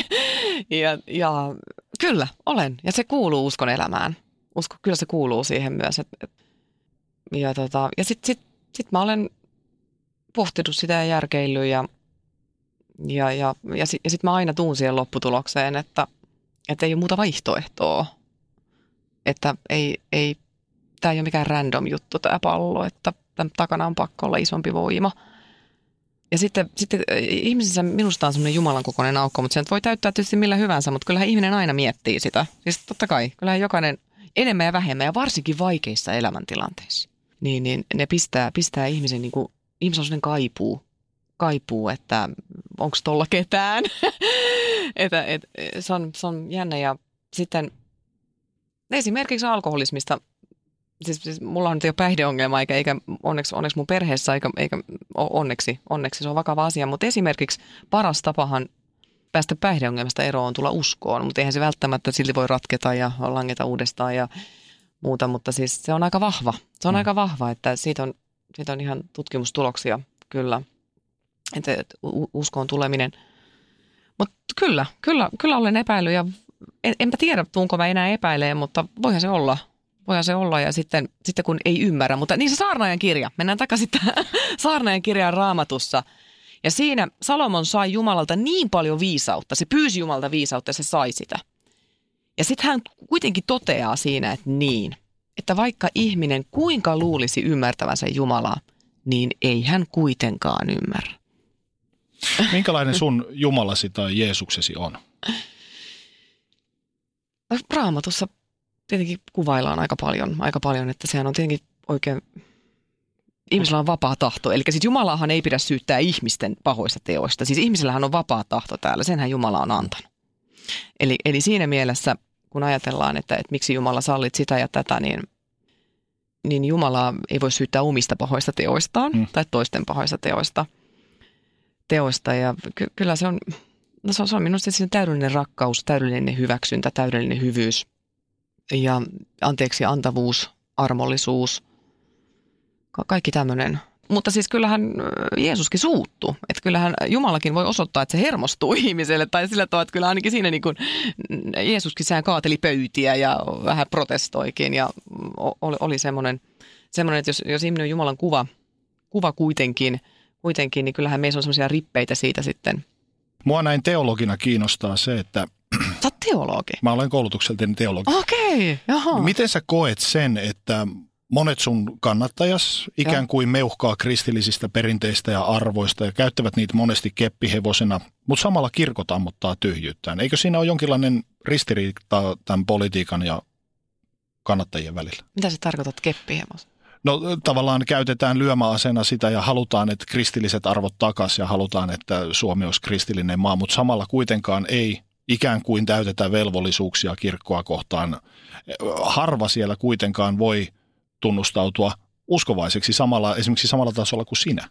ja, ja kyllä, olen, ja se kuuluu uskon elämään. Usko, kyllä se kuuluu siihen myös. Et, et, ja tota, ja sitten sit, sit mä olen pohtinut sitä ja järkeillyt ja, ja, ja, ja, sit, ja sitten mä aina tuun siihen lopputulokseen, että, että ei ole muuta vaihtoehtoa. Että ei, ei, tämä ei ole mikään random juttu tämä pallo, että tämän takana on pakko olla isompi voima. Ja sitten, sitten ihmisissä minusta on semmoinen Jumalan kokoinen aukko, mutta sen voi täyttää tietysti millä hyvänsä, mutta kyllähän ihminen aina miettii sitä. Siis totta kai, kyllähän jokainen enemmän ja vähemmän ja varsinkin vaikeissa elämäntilanteissa, niin, niin ne pistää, pistää ihmisen niin kuin ihmisen on sellainen kaipuu, kaipuu, että onko tuolla ketään. että, et, se, on, se on jännä. Ja sitten esimerkiksi alkoholismista, siis, siis mulla on nyt jo päihdeongelma, eikä, eikä onneksi, onneksi mun perheessä, eikä, eikä onneksi, onneksi se on vakava asia, mutta esimerkiksi paras tapahan päästä päihdeongelmasta eroon on tulla uskoon, mutta eihän se välttämättä silti voi ratketa ja langeta uudestaan ja muuta, mutta siis se on aika vahva. Se on mm. aika vahva, että siitä on Siitä on ihan tutkimustuloksia, kyllä, että et, uskoon tuleminen. Mutta kyllä, kyllä, kyllä olen epäillyt ja en, enpä tiedä, tuunko mä enää epäilee, mutta voihan se olla. Voihan se olla ja sitten, sitten kun ei ymmärrä. Mutta niin se saarnaajan kirja, mennään takaisin tähän saarnaajan kirjaan Raamatussa. Ja siinä Salomon sai Jumalalta niin paljon viisautta, se pyysi Jumalalta viisautta ja se sai sitä. Ja sitten hän kuitenkin toteaa siinä, että niin. Että vaikka ihminen kuinka luulisi ymmärtävänsä Jumalaa, niin ei hän kuitenkaan ymmärrä. Minkälainen sun Jumalasi tai Jeesuksesi on? Raamatussa tietenkin kuvaillaan aika paljon, aika paljon, että sehän on tietenkin oikein, ihmisellä on vapaa tahto. Eli siis Jumalaahan ei pidä syyttää ihmisten pahoista teoista. Siis ihmisellähän on vapaa tahto täällä, senhän Jumala on antanut. Eli, eli siinä mielessä kun ajatellaan, että, että miksi Jumala sallit sitä ja tätä, niin, niin Jumala ei voi syyttää omista pahoista teoistaan mm. tai toisten pahoista teoista. teoista. Ja ky- kyllä se on, no se on, se on minusta se täydellinen rakkaus, täydellinen hyväksyntä, täydellinen hyvyys ja anteeksi antavuus, armollisuus, Ka- kaikki tämmöinen, mutta siis kyllähän Jeesuskin suuttuu. Että kyllähän Jumalakin voi osoittaa, että se hermostuu ihmiselle. Tai sillä tavalla, että kyllä ainakin siinä niin kuin Jeesuskin sehän kaateli pöytiä ja vähän protestoikin. Ja oli, oli semmoinen, semmoinen, että jos, jos ihminen on Jumalan kuva, kuva kuitenkin, kuitenkin, niin kyllähän meissä on semmoisia rippeitä siitä sitten. Mua näin teologina kiinnostaa se, että... Sä oot teologi? Mä olen koulutukseltani teologi. Okei, okay, jaha. Miten sä koet sen, että monet sun kannattajas ikään kuin meuhkaa kristillisistä perinteistä ja arvoista ja käyttävät niitä monesti keppihevosena, mutta samalla kirkot ammottaa tyhjyyttään. Eikö siinä ole jonkinlainen ristiriita tämän politiikan ja kannattajien välillä? Mitä sä tarkoitat keppihevos? No tavallaan käytetään lyömäasena sitä ja halutaan, että kristilliset arvot takaisin ja halutaan, että Suomi olisi kristillinen maa, mutta samalla kuitenkaan ei ikään kuin täytetä velvollisuuksia kirkkoa kohtaan. Harva siellä kuitenkaan voi tunnustautua uskovaiseksi samalla, esimerkiksi samalla tasolla kuin sinä.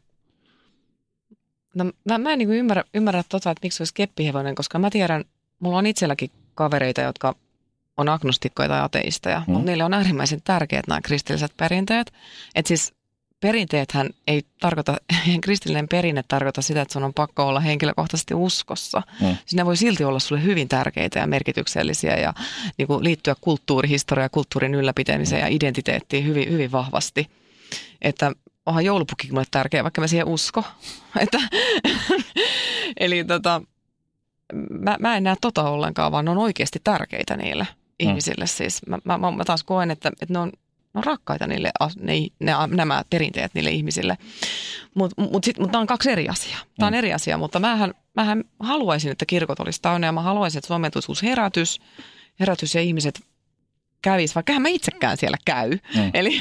No mä, mä en niin kuin ymmärrä, ymmärrä tota, että miksi olisi keppihevonen, koska mä tiedän, mulla on itselläkin kavereita, jotka on agnostikkoja tai ateisteja, mm. mutta niille on äärimmäisen tärkeät nämä kristilliset perinteet. Että siis perinteethän ei tarkoita, kristillinen perinne tarkoita sitä, että sun on pakko olla henkilökohtaisesti uskossa. Mm. Siinä voi silti olla sulle hyvin tärkeitä ja merkityksellisiä ja niin kuin liittyä kulttuurihistoriaan ja kulttuurin ylläpitämiseen mm. ja identiteettiin hyvin, hyvin vahvasti. Että onhan joulupukikin mulle tärkeä, vaikka mä siihen usko. Että, eli tota, mä, mä en näe tota ollenkaan, vaan ne on oikeasti tärkeitä niille mm. ihmisille. Siis mä, mä, mä taas koen, että, että ne on ne on rakkaita niille, ne, ne, nämä perinteet niille ihmisille. Mutta mut mut nämä on kaksi eri asiaa. Tämä on eri asia, mutta mähän, mähän haluaisin, että kirkot olisi täynnä ja mä haluaisin, että Suomeen tulisi herätys, herätys ja ihmiset kävis, vaikka mä itsekään siellä käy. Mm. Eli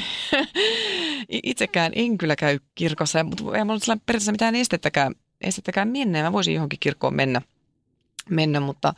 itsekään en kyllä käy kirkossa, mutta ei mulla ole periaatteessa mitään estettäkään, estettäkään mennä. Mä voisin johonkin kirkkoon mennä, mennä mutta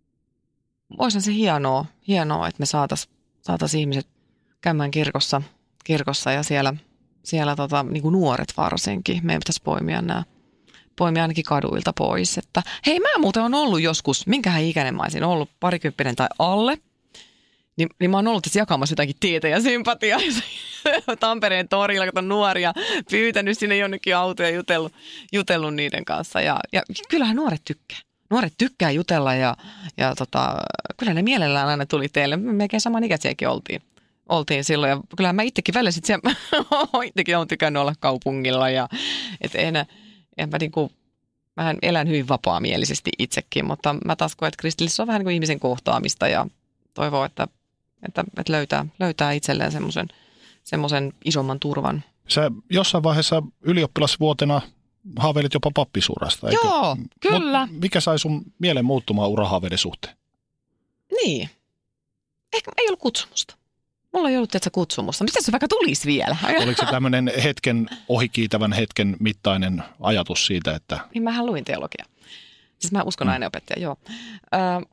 olisihan se hienoa, hienoa että me saataisiin saatais ihmiset käymään kirkossa, kirkossa ja siellä, siellä tota, niin kuin nuoret varsinkin. Meidän pitäisi poimia nämä, poimia ainakin kaduilta pois. Että, hei, mä muuten on ollut joskus, minkähän ikäinen mä olisin ollut, parikymppinen tai alle, niin, niin mä oon ollut tässä jakamassa jotakin tietä ja sympatiaa. Tampereen torilla, katon nuoria, pyytänyt sinne jonnekin autoja ja jutellut, jutellut niiden kanssa. Ja, ja kyllähän nuoret tykkää. Nuoret tykkää jutella ja, ja tota, kyllä ne mielellään aina tuli teille. Melkein samanikäisiäkin oltiin. Oltiin silloin ja kyllähän mä itsekin välillä sitten siellä, itsekin olen tykännyt olla kaupungilla ja et en, en mä niinku, mähän elän hyvin vapaamielisesti itsekin, mutta mä taas koen, että kristillisyys on vähän niin kuin ihmisen kohtaamista ja toivoo, että, että, että löytää, löytää itselleen semmoisen semmoisen isomman turvan. Sä jossain vaiheessa ylioppilasvuotena haaveilit jopa pappisuurasta, eikö? Joo, kyllä. Mut mikä sai sun mielen muuttumaan urahaaveiden suhteen? Niin, ehkä ei ollut kutsumusta. Mulla ei ollut tietysti kutsumusta. Miten se vaikka tulisi vielä? Oliko se tämmöinen hetken, ohikiitävän hetken mittainen ajatus siitä, että... Niin mähän luin teologiaa. Siis mä uskon aineopettaja, joo. Ö,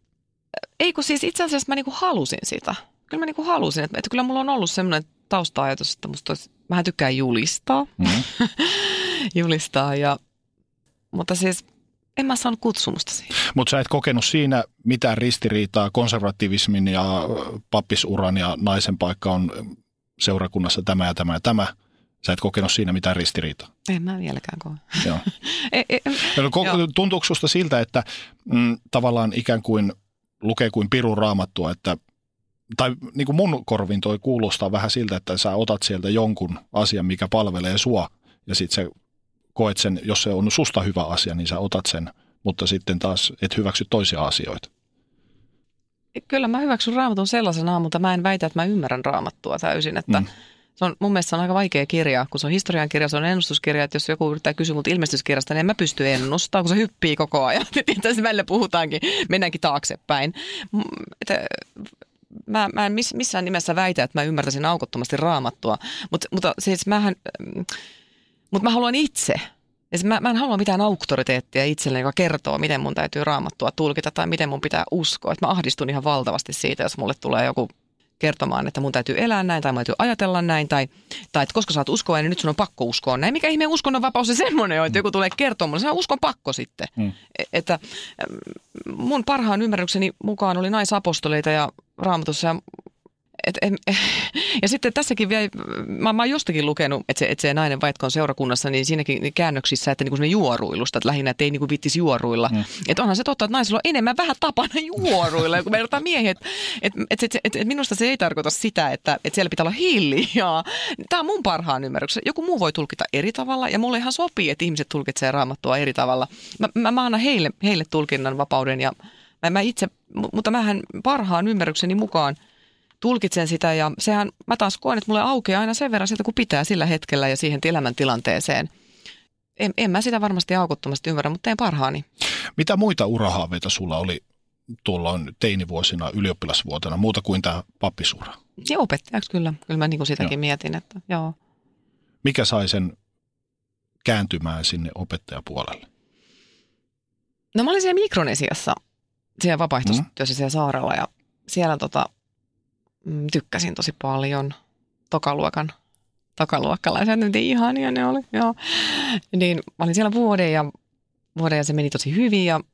ei kun siis itse asiassa mä niinku halusin sitä. Kyllä mä niinku halusin, että, että kyllä mulla on ollut semmoinen tausta-ajatus, että musta olisi, mähän tykkään julistaa. Mm-hmm. julistaa ja, mutta siis... En mä saanut kutsumusta siihen. Mutta sä et kokenut siinä mitään ristiriitaa konservatiivismin ja pappisuran ja naisen paikka on seurakunnassa tämä ja tämä ja tämä. Sä et kokenut siinä mitään ristiriitaa. En mä vieläkään koe. Joo. e, e, Tuntuuko susta siltä, että mm, tavallaan ikään kuin lukee kuin pirun raamattua, että, tai niin kuin mun korvin toi kuulostaa vähän siltä, että sä otat sieltä jonkun asian, mikä palvelee sua ja sit se koet sen, jos se on susta hyvä asia, niin sä otat sen, mutta sitten taas et hyväksy toisia asioita. Kyllä mä hyväksyn raamatun sellaisenaan, mutta mä en väitä, että mä ymmärrän raamattua täysin. Että mm. se on, mun mielestä se on aika vaikea kirja, kun se on historian kirja, se on ennustuskirja, että jos joku yrittää kysyä multa ilmestyskirjasta, niin en mä pysty ennustamaan, kun se hyppii koko ajan. Tässä välillä puhutaankin, mennäänkin taaksepäin. Että, mä, mä en missään nimessä väitä, että mä ymmärtäisin aukottomasti raamattua, mutta, mutta siis mähän... Mutta mä haluan itse. Mä, mä en halua mitään auktoriteettia itselleni, joka kertoo, miten mun täytyy raamattua tulkita tai miten mun pitää uskoa. Et mä ahdistun ihan valtavasti siitä, jos mulle tulee joku kertomaan, että mun täytyy elää näin tai mun täytyy ajatella näin. Tai, tai että koska sä oot uskoa, niin nyt sun on pakko uskoa näin. Mikä ihmeen uskonnonvapaus se semmoinen on, että joku tulee kertomaan mulle. Se on uskon pakko sitten. Hmm. Että mun parhaan ymmärrykseni mukaan oli naisapostoleita ja raamatussa ja et, et, ja sitten tässäkin vielä, mä, mä oon jostakin lukenut, että se, että se nainen vaikka on seurakunnassa, niin siinäkin käännöksissä, että niinku juoruilusta, että lähinnä, että ei niinku viittisi juoruilla. Mm. Että onhan se totta, että naisilla on enemmän vähän tapana juoruilla, kun verrataan miehiä. Että et, et, et, et, et minusta se ei tarkoita sitä, että et siellä pitää olla hiljaa. Tämä on mun parhaan ymmärryksen. Joku muu voi tulkita eri tavalla, ja mulle ihan sopii, että ihmiset tulkitsee Raamattua eri tavalla. Mä, mä, mä annan heille, heille tulkinnan vapauden, ja mä, mä itse, mutta mähän parhaan ymmärrykseni mukaan tulkitsen sitä, ja sehän mä taas koen, että mulle aukeaa aina sen verran sieltä, kun pitää sillä hetkellä ja siihen elämäntilanteeseen. En, en mä sitä varmasti aukottomasti ymmärrä, mutta teen parhaani. Mitä muita urahaaveita sulla oli tuolla teinivuosina, ylioppilasvuotena, muuta kuin tämä pappisura? Ja opettajaksi kyllä. Kyllä mä niin kuin sitäkin joo. mietin, että joo. Mikä sai sen kääntymään sinne opettajapuolelle? No mä olin siellä Mikronesiassa, siellä vapaaehtoistyössä siellä saarella, ja siellä tota, tykkäsin tosi paljon tokaluokan, tokaluokkalaisia, ne ihania ne oli, joo. Niin mä olin siellä vuoden ja, vuoden ja se meni tosi hyvin, ja,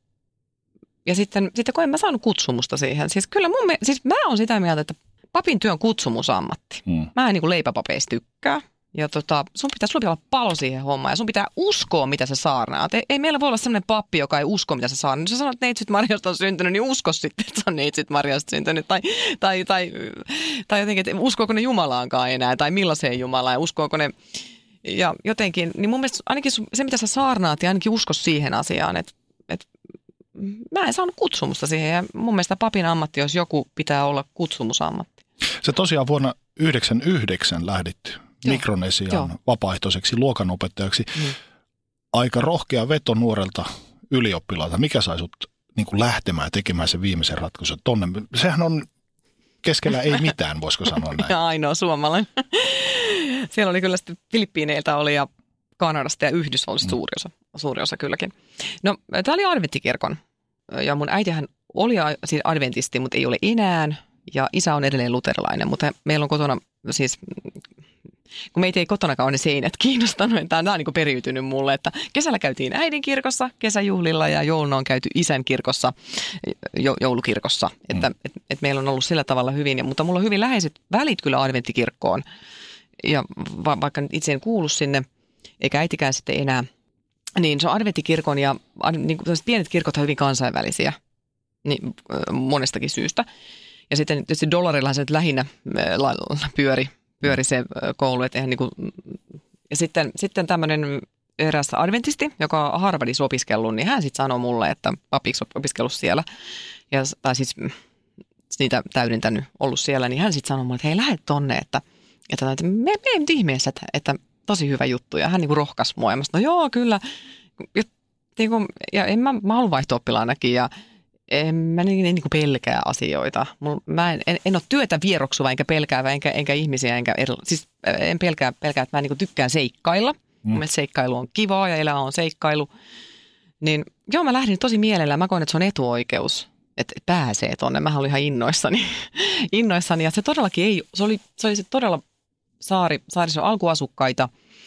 ja sitten, sitten kun en mä saanut kutsumusta siihen, siis kyllä mun me, siis mä oon sitä mieltä, että papin työ on kutsumusammatti. Hmm. Mä en niin kuin leipäpapeista tykkää. Ja tota, sun pitäisi olla palo siihen hommaan ja sun pitää uskoa, mitä sä saarnaat. Ei, ei meillä voi olla sellainen pappi, joka ei usko, mitä sä saarnaat. Jos sä sanot, että neitsyt Marjasta on syntynyt, niin usko sitten, että se on neitsyt Marjasta syntynyt. Tai, tai, tai, tai jotenkin, että uskoako ne Jumalaankaan enää, tai millaiseen Jumalaan, ja uskoako ne. Ja jotenkin, niin mun mielestä ainakin se, mitä sä saarnaat, ja ainakin usko siihen asiaan, että, että mä en saanut kutsumusta siihen. Ja mun mielestä papin ammatti, jos joku, pitää olla kutsumusammatti. Se tosiaan vuonna yhdeksänkymmentäyhdeksän lähdit Mikronesian Joo. vapaaehtoiseksi luokanopettajaksi. Mm. Aika rohkea veto nuorelta ylioppilaalta. Mikä sai sut niin kuin lähtemään tekemään sen viimeisen ratkaisun tonne? Sehän on keskellä ei mitään, voisiko sanoa näin. Ja ainoa suomalainen. Siellä oli kyllä sitten Filippiineiltä oli ja Kanadasta ja Yhdysvalloista mm. suuri osa, suuri osa kylläkin. No, tämä oli adventtikirkon. Ja mun äitihän oli siis adventisti, mutta ei ole enää. Ja isä on edelleen luterilainen, mutta meillä on kotona siis, kun meitä ei kotonakaan ole ne seinät kiinnostanut, että tämä on niin kuin periytynyt mulle, että kesällä käytiin äidin kirkossa kesäjuhlilla ja jouluna on käyty isän kirkossa, joulukirkossa, että mm. et, et meillä on ollut sillä tavalla hyvin, ja, mutta mulla on hyvin läheiset välit kyllä adventtikirkkoon, ja va, vaikka itse en kuulu sinne, eikä äitikään sitten enää, niin se on adventtikirkon ja niin kuin pienet kirkot on hyvin kansainvälisiä, niin monestakin syystä. Ja sitten tietysti dollarillahan se nyt lähinnä pyöri, pyöri se koulu. Että niin kuin, ja sitten, sitten tämmöinen eräs adventisti, joka Harvardissa opiskellut, niin hän sitten sanoi mulle, että papiksi opiskellut siellä, ja, tai siis niitä täydentänyt ollut siellä, niin hän sitten sanoi mulle, että hei, lähde tonne, että, että, että me, me ei nyt ihmeessä, että, että tosi hyvä juttu. Ja hän niin kuin rohkaisi mua, ja mä sanoin, no joo, kyllä. Ja, niin kuin, ja en mä, mä haluan vaihto-oppilaanakin, ja en mä niin, niin kuin pelkää asioita. Mä en, en, en ole työtä vieroksuva, enkä pelkäävä, enkä, enkä ihmisiä, enkä eri, siis en pelkää, pelkää että mä niin kuin tykkään seikkailla. Mm. Mun mielestä seikkailu on kivaa ja elämä on seikkailu. Niin joo, mä lähdin tosi mielellään. Mä koen, että se on etuoikeus, että pääsee tonne. Mä olin ihan innoissani. innoissani. Ja se todellakin ei, se oli se, oli se todella saari, saarissa on alkuasukkaita.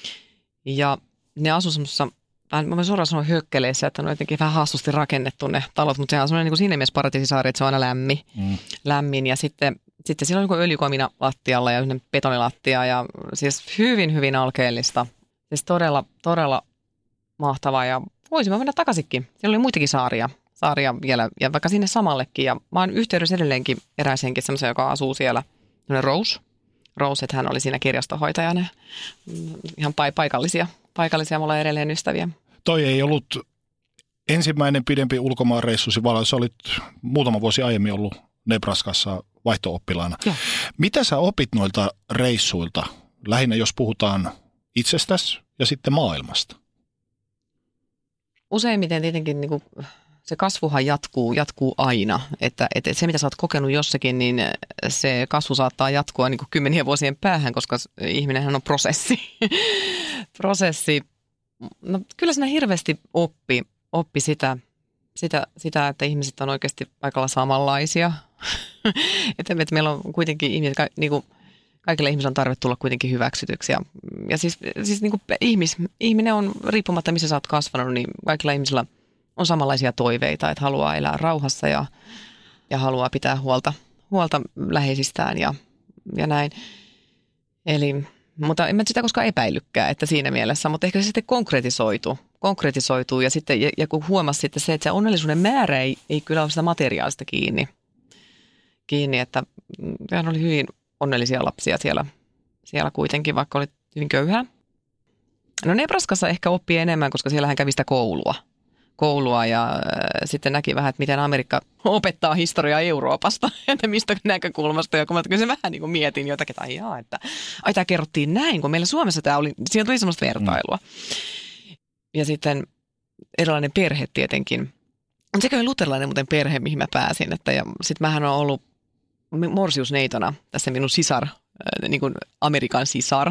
Ja ne asu semmoisessa, mä voin suoraan sanoa hökkeleissä, että ne on jotenkin vähän hassusti rakennettu ne talot, mutta sehän on semmoinen niin kuin siinä mielessä paratiisisaari, että se on aina lämmin. Mm. lämmin. Ja sitten, sitten siellä on niin öljykomina lattialla ja yhden betonilattia ja siis hyvin, hyvin alkeellista. Siis todella, todella mahtavaa ja voisimme mennä takaisinkin. Siellä oli muitakin saaria, saaria vielä ja vaikka sinne samallekin. Ja mä oon yhteydessä edelleenkin eräisenkin semmoisen, joka asuu siellä, Rose. Rose, että hän oli siinä kirjastohoitajana. Ihan paikallisia, paikallisia mulla on edelleen ystäviä. Toi ei ollut ensimmäinen pidempi ulkomaanreissusi, vaan sä olit muutama vuosi aiemmin ollut Nebraskassa vaihto-oppilaana. Joo. Mitä sä opit noilta reissuilta, lähinnä jos puhutaan itsestäsi ja sitten maailmasta? Useimmiten tietenkin niin kuin, se kasvuhan jatkuu, jatkuu aina. Että, että se, mitä sä oot kokenut jossakin, niin se kasvu saattaa jatkua niin kuin kymmenien vuosien päähän, koska ihminenhän on prosessi. prosessi. No, kyllä siinä hirveästi oppi, oppi sitä, sitä, sitä, että ihmiset on oikeasti aika samanlaisia. että, että meillä on kuitenkin ihmiset, niin kuin, kaikilla ihmisillä on tarve tulla kuitenkin hyväksytyksi. Ja, ja siis, siis niin kuin ihmis, ihminen on, riippumatta missä sä oot kasvanut, niin kaikilla ihmisillä on samanlaisia toiveita, että haluaa elää rauhassa ja, ja haluaa pitää huolta, huolta läheisistään ja ja näin. Eli, mutta en mä sitä koskaan epäillytkään, että siinä mielessä, mutta ehkä se sitten konkretisoitu, konkretisoituu ja sitten, ja, ja kun huomasi sitten se, että se onnellisuuden määrä ei, ei kyllä ole sitä materiaalista kiinni, kiinni että hän oli hyvin onnellisia lapsia siellä, siellä kuitenkin, vaikka oli hyvin köyhää. No Nebraskassa ehkä oppii enemmän, koska siellä hän kävi sitä koulua. koulua ja äh, sitten näki vähän, että miten Amerikka opettaa historiaa Euroopasta, että mistä näkökulmasta. Ja kun mä kyllä se vähän niin kuin mietin jotakin, että ai jaa, että ai tämä kerrottiin näin, kun meillä Suomessa tämä oli, siinä tuli semmoista vertailua. Mm. Ja sitten erilainen perhe tietenkin. Sekä oli luterilainen muuten perhe, mihin mä pääsin. Että ja sitten mähän on ollut morsiusneitona, tässä minun sisar, niin kuin Amerikan sisar.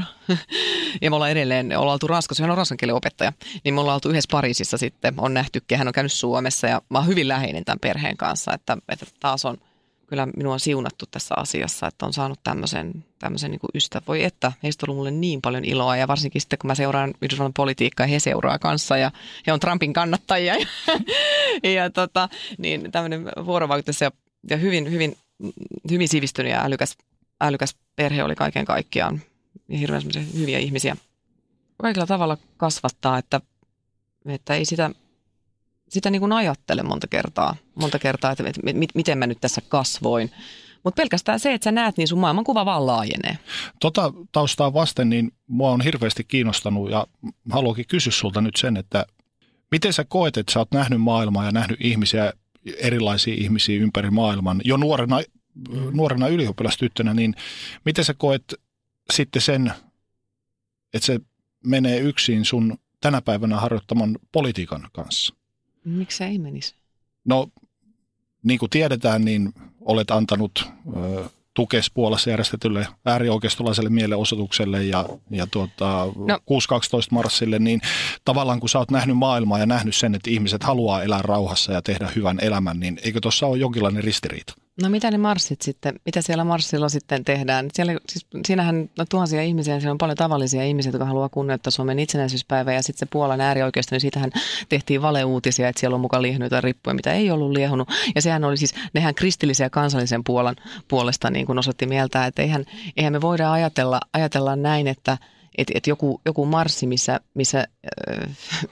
Ja me ollaan edelleen, ollaan oltu Ranskassa, hän on ranskan kielen opettaja, niin me ollaan oltu yhdessä Pariisissa sitten, on nähtykin, hän on käynyt Suomessa ja mä oon hyvin läheinen tämän perheen kanssa, että, että taas on, kyllä minua on siunattu tässä asiassa, että on saanut tämmöisen, tämmöisen niin kuin ystävä. Voi että, heistä on ollut mulle niin paljon iloa ja varsinkin sitten, kun mä seuraan Yhdysvallan politiikkaa, he seuraa kanssa ja he on Trumpin kannattajia ja, ja tota, niin tämmöinen vuorovaikutus ja, ja hyvin, hyvin, hyvin sivistynyt ja älykäs, älykäs perhe oli kaiken kaikkiaan. Ja hirveän hyviä ihmisiä. Kaikilla tavalla kasvattaa, että, että ei sitä, sitä niin kuin ajattele monta kertaa, monta kertaa että, että miten mä nyt tässä kasvoin. Mutta pelkästään se, että sä näet, niin sun maailmankuva vaan laajenee. Tota taustaa vasten, niin mua on hirveästi kiinnostanut ja haluankin kysyä sulta nyt sen, että miten sä koet, että sä oot nähnyt maailmaa ja nähnyt ihmisiä, erilaisia ihmisiä ympäri maailman jo nuorena, nuorena ylioppilastyttönä, niin miten sä koet sitten sen, että se menee yksin sun tänä päivänä harjoittaman politiikan kanssa? Miksi se ei menisi? No, niin kuin tiedetään, niin olet antanut ö, tukes Puolassa järjestetylle äärioikeistolaiselle mielenosoitukselle ja, ja tuota, no. kuusi kaksitoista marssille, niin tavallaan kun sä oot nähnyt maailmaa ja nähnyt sen, että ihmiset haluaa elää rauhassa ja tehdä hyvän elämän, niin eikö tuossa ole jonkinlainen ristiriita? No mitä ne marssit sitten, mitä siellä marssilla sitten tehdään? Siellä, siis, siinähän no, tuhansia ihmisiä, siellä on paljon tavallisia ihmisiä, jotka haluaa kunnioittaa Suomen itsenäisyyspäivää ja sitten se Puolan äärioikeisto, niin siitähän tehtiin valeuutisia, että siellä on mukaan liehnyt rippuja, mitä ei ollut liehunut. Ja sehän oli siis, nehän kristillisiä kansallisen Puolan puolesta niin kuin osoitti mieltä, että eihän, eihän me voida ajatella, ajatella näin, että et, et joku, joku marssi, missä, missä äh,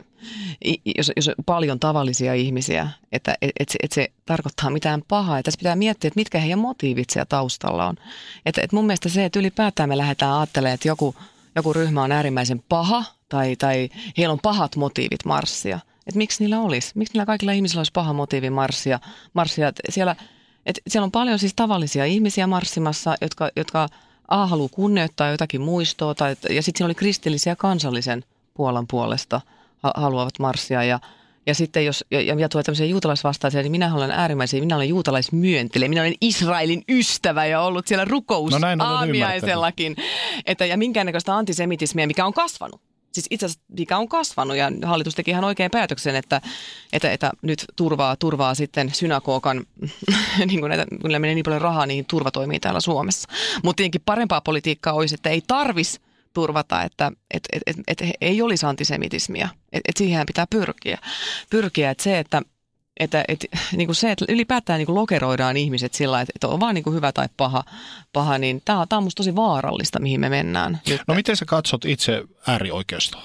Jos, jos on paljon tavallisia ihmisiä, että et, et, se, et se tarkoittaa mitään pahaa. Ja tässä pitää miettiä, että mitkä heidän motiivit siellä taustalla on. Että et mun mielestä se, että ylipäätään me lähdetään ajattelemaan, että joku, joku ryhmä on äärimmäisen paha tai, tai heillä on pahat motiivit marssia. Että miksi niillä olisi? Miksi niillä kaikilla ihmisillä olisi paha motiivi marssia? marssia? Siellä, et siellä on paljon siis tavallisia ihmisiä marssimassa, jotka, jotka A, haluaa kunnioittaa jotakin muistoa. Tai, ja sitten siellä oli kristillisiä kansallisen Puolan puolesta haluavat marssia ja, ja sitten jos, ja, ja tulee tämmöisiä juutalaisvastaisia, niin minä olen äärimmäisiä, minä olen juutalaismyöntelejä, minä olen Israelin ystävä ja ollut siellä rukousaamiaisellakin, no että ja minkäännäköistä antisemitismiä, mikä on kasvanut. Siis itse asiassa mikä on kasvanut ja hallitus teki ihan oikein päätöksen, että, että, että nyt turvaa, turvaa sitten synagogan, niin kuin näitä, kun menee niin paljon rahaa niihin turvatoimiin täällä Suomessa. Mutta tietenkin parempaa politiikkaa olisi, että ei tarvisi turvata, että et, et, et, et ei olisi antisemitismiä. Että et siihen pitää pyrkiä. Pyrkiä, että se, että, että, et, niin kuin se, että ylipäätään niin kuin lokeroidaan ihmiset sillä, että, että on vaan niin kuin hyvä tai paha, paha niin tämä, tämä on musta tosi vaarallista, mihin me mennään. Nyt. No miten sä katsot itse äärioikeistoa?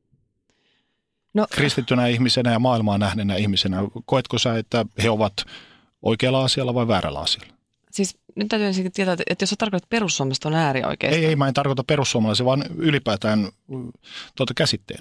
No, kristittynä ihmisenä ja maailmaa nähneenä ihmisenä. Koetko sä, että he ovat oikealla asialla vai väärällä asialla? Siis nyt täytyy ensin tietää, että jos sä tarkoitat perussuomalaista on äärioikeista. Ei, ei, mä en tarkoita perussuomalaisia, vaan ylipäätään tuota käsitteen.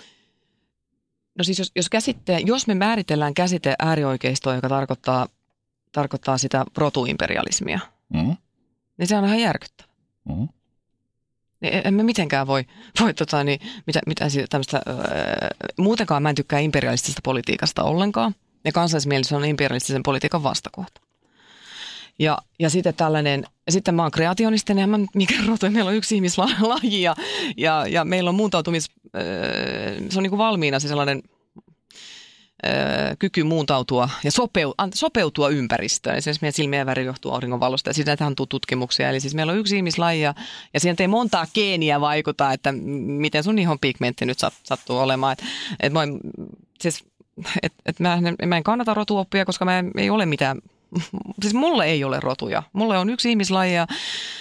No siis jos, jos, käsitteen, jos me määritellään käsite äärioikeistoa, joka tarkoittaa, tarkoittaa sitä rotuimperialismia, mm. niin se on ihan järkyttävä. Mm. Emme mitenkään voi, voi tota, niin, mitä, mitä tämmöistä, äh, muutenkaan mä en tykkää imperialistisesta politiikasta ollenkaan. Ja kansallismielisyys on imperialistisen politiikan vastakohta. Ja, ja sitten tällainen, ja sitten mä oon kreationistinen, ja mä mikä rotu, meillä on yksi ihmislaji, ja, ja, ja meillä on muuntautumis, äh, se on niin kuin valmiina se sellainen äh, kyky muuntautua ja sopeu, sopeutua ympäristöön. Esimerkiksi meidän silmien väri johtuu auringonvalosta, ja siitä on tutkimuksia. Eli siis meillä on yksi ihmislaji, ja, ja siihen ei montaa geeniä vaikuta, että miten sun ihon pigmentti nyt sattuu olemaan. Et, et mä, siis, et, et mä, mä en kannata rotuoppia, koska mä ei ole mitään. Siis mulle ei ole rotuja. Mulle on yksi ihmislaji ja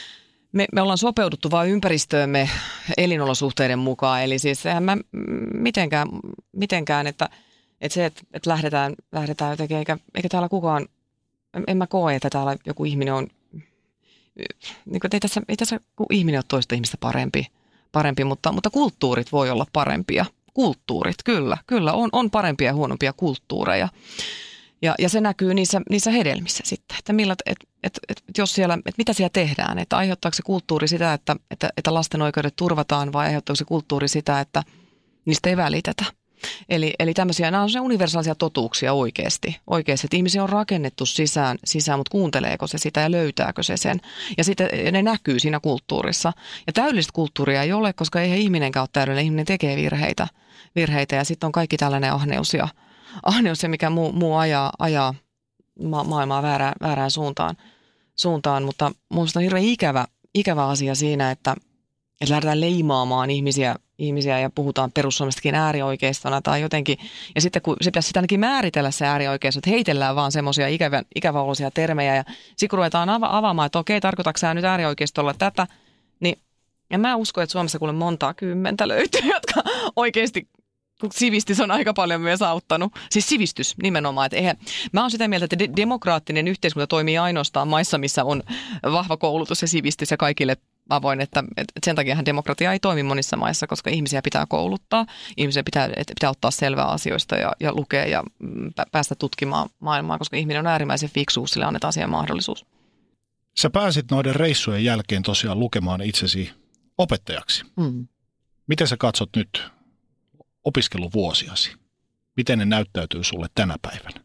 me, me ollaan sopeuduttu vaan ympäristöömme elinolosuhteiden mukaan. Eli siis eihän mä mitenkään, mitenkään että, että se, että, että lähdetään, lähdetään jotenkin, eikä, eikä täällä kukaan, en mä koe, että täällä joku ihminen on, niin kuin, ei, tässä, ei tässä ihminen ole toista ihmistä parempi, parempi mutta, mutta kulttuurit voi olla parempia. Kulttuurit, kyllä, kyllä on, on parempia ja huonompia kulttuureja. Ja, ja se näkyy niissä, niissä hedelmissä sitten, että, millä, et, et, et, jos siellä, et mitä siellä tehdään, että aiheuttaako se kulttuuri sitä, että, että, että lasten oikeudet turvataan vai aiheuttaako se kulttuuri sitä, että niistä ei välitetä. Eli, eli tämmöisiä, nämä on se universaalisia totuuksia oikeasti, oikeasti, että ihmisiä on rakennettu sisään, sisään, mutta kuunteleeko se sitä ja löytääkö se sen. Ja sitten ne näkyy siinä kulttuurissa. Ja täydellistä kulttuuria ei ole, koska eihän ihminenkään ole täydellinen, ihminen tekee virheitä, virheitä ja sitten on kaikki tällainen ahneus ja ahneus se, mikä muu, muu ajaa, ajaa ma- maailmaa väärään, väärään suuntaan, suuntaan. Mutta minusta on hirveän ikävä, ikävä asia siinä, että, että lähdetään leimaamaan ihmisiä, ihmisiä ja puhutaan perussuomalaisistakin äärioikeistona tai jotenkin. Ja sitten kun se pitäisi sitä ainakin määritellä se äärioikeisto, että heitellään vaan semmoisia ikävä, ikäväoloisia termejä ja sitten kun ruvetaan ava- avaamaan, että okei, tarkoitatko sä nyt äärioikeistolla tätä, niin en mä usko, että Suomessa kuule montaa kymmentä löytyy, jotka oikeasti kun sivistys on aika paljon myös auttanut. Siis sivistys nimenomaan. Että eihän, mä oon sitä mieltä, että de- demokraattinen yhteiskunta toimii ainoastaan maissa, missä on vahva koulutus ja sivistys ja kaikille avoin. Että, että sen takiahan demokratia ei toimi monissa maissa, koska ihmisiä pitää kouluttaa. Ihmisiä pitää, pitää ottaa selvää asioista ja, ja lukea ja päästä tutkimaan maailmaa, koska ihminen on äärimmäisen fiksu, sille annetaan siihen mahdollisuus. Sä pääsit noiden reissujen jälkeen tosiaan lukemaan itsesi opettajaksi. Mm. Miten sä katsot nyt opiskeluvuosiasi? Miten ne näyttäytyy sulle tänä päivänä?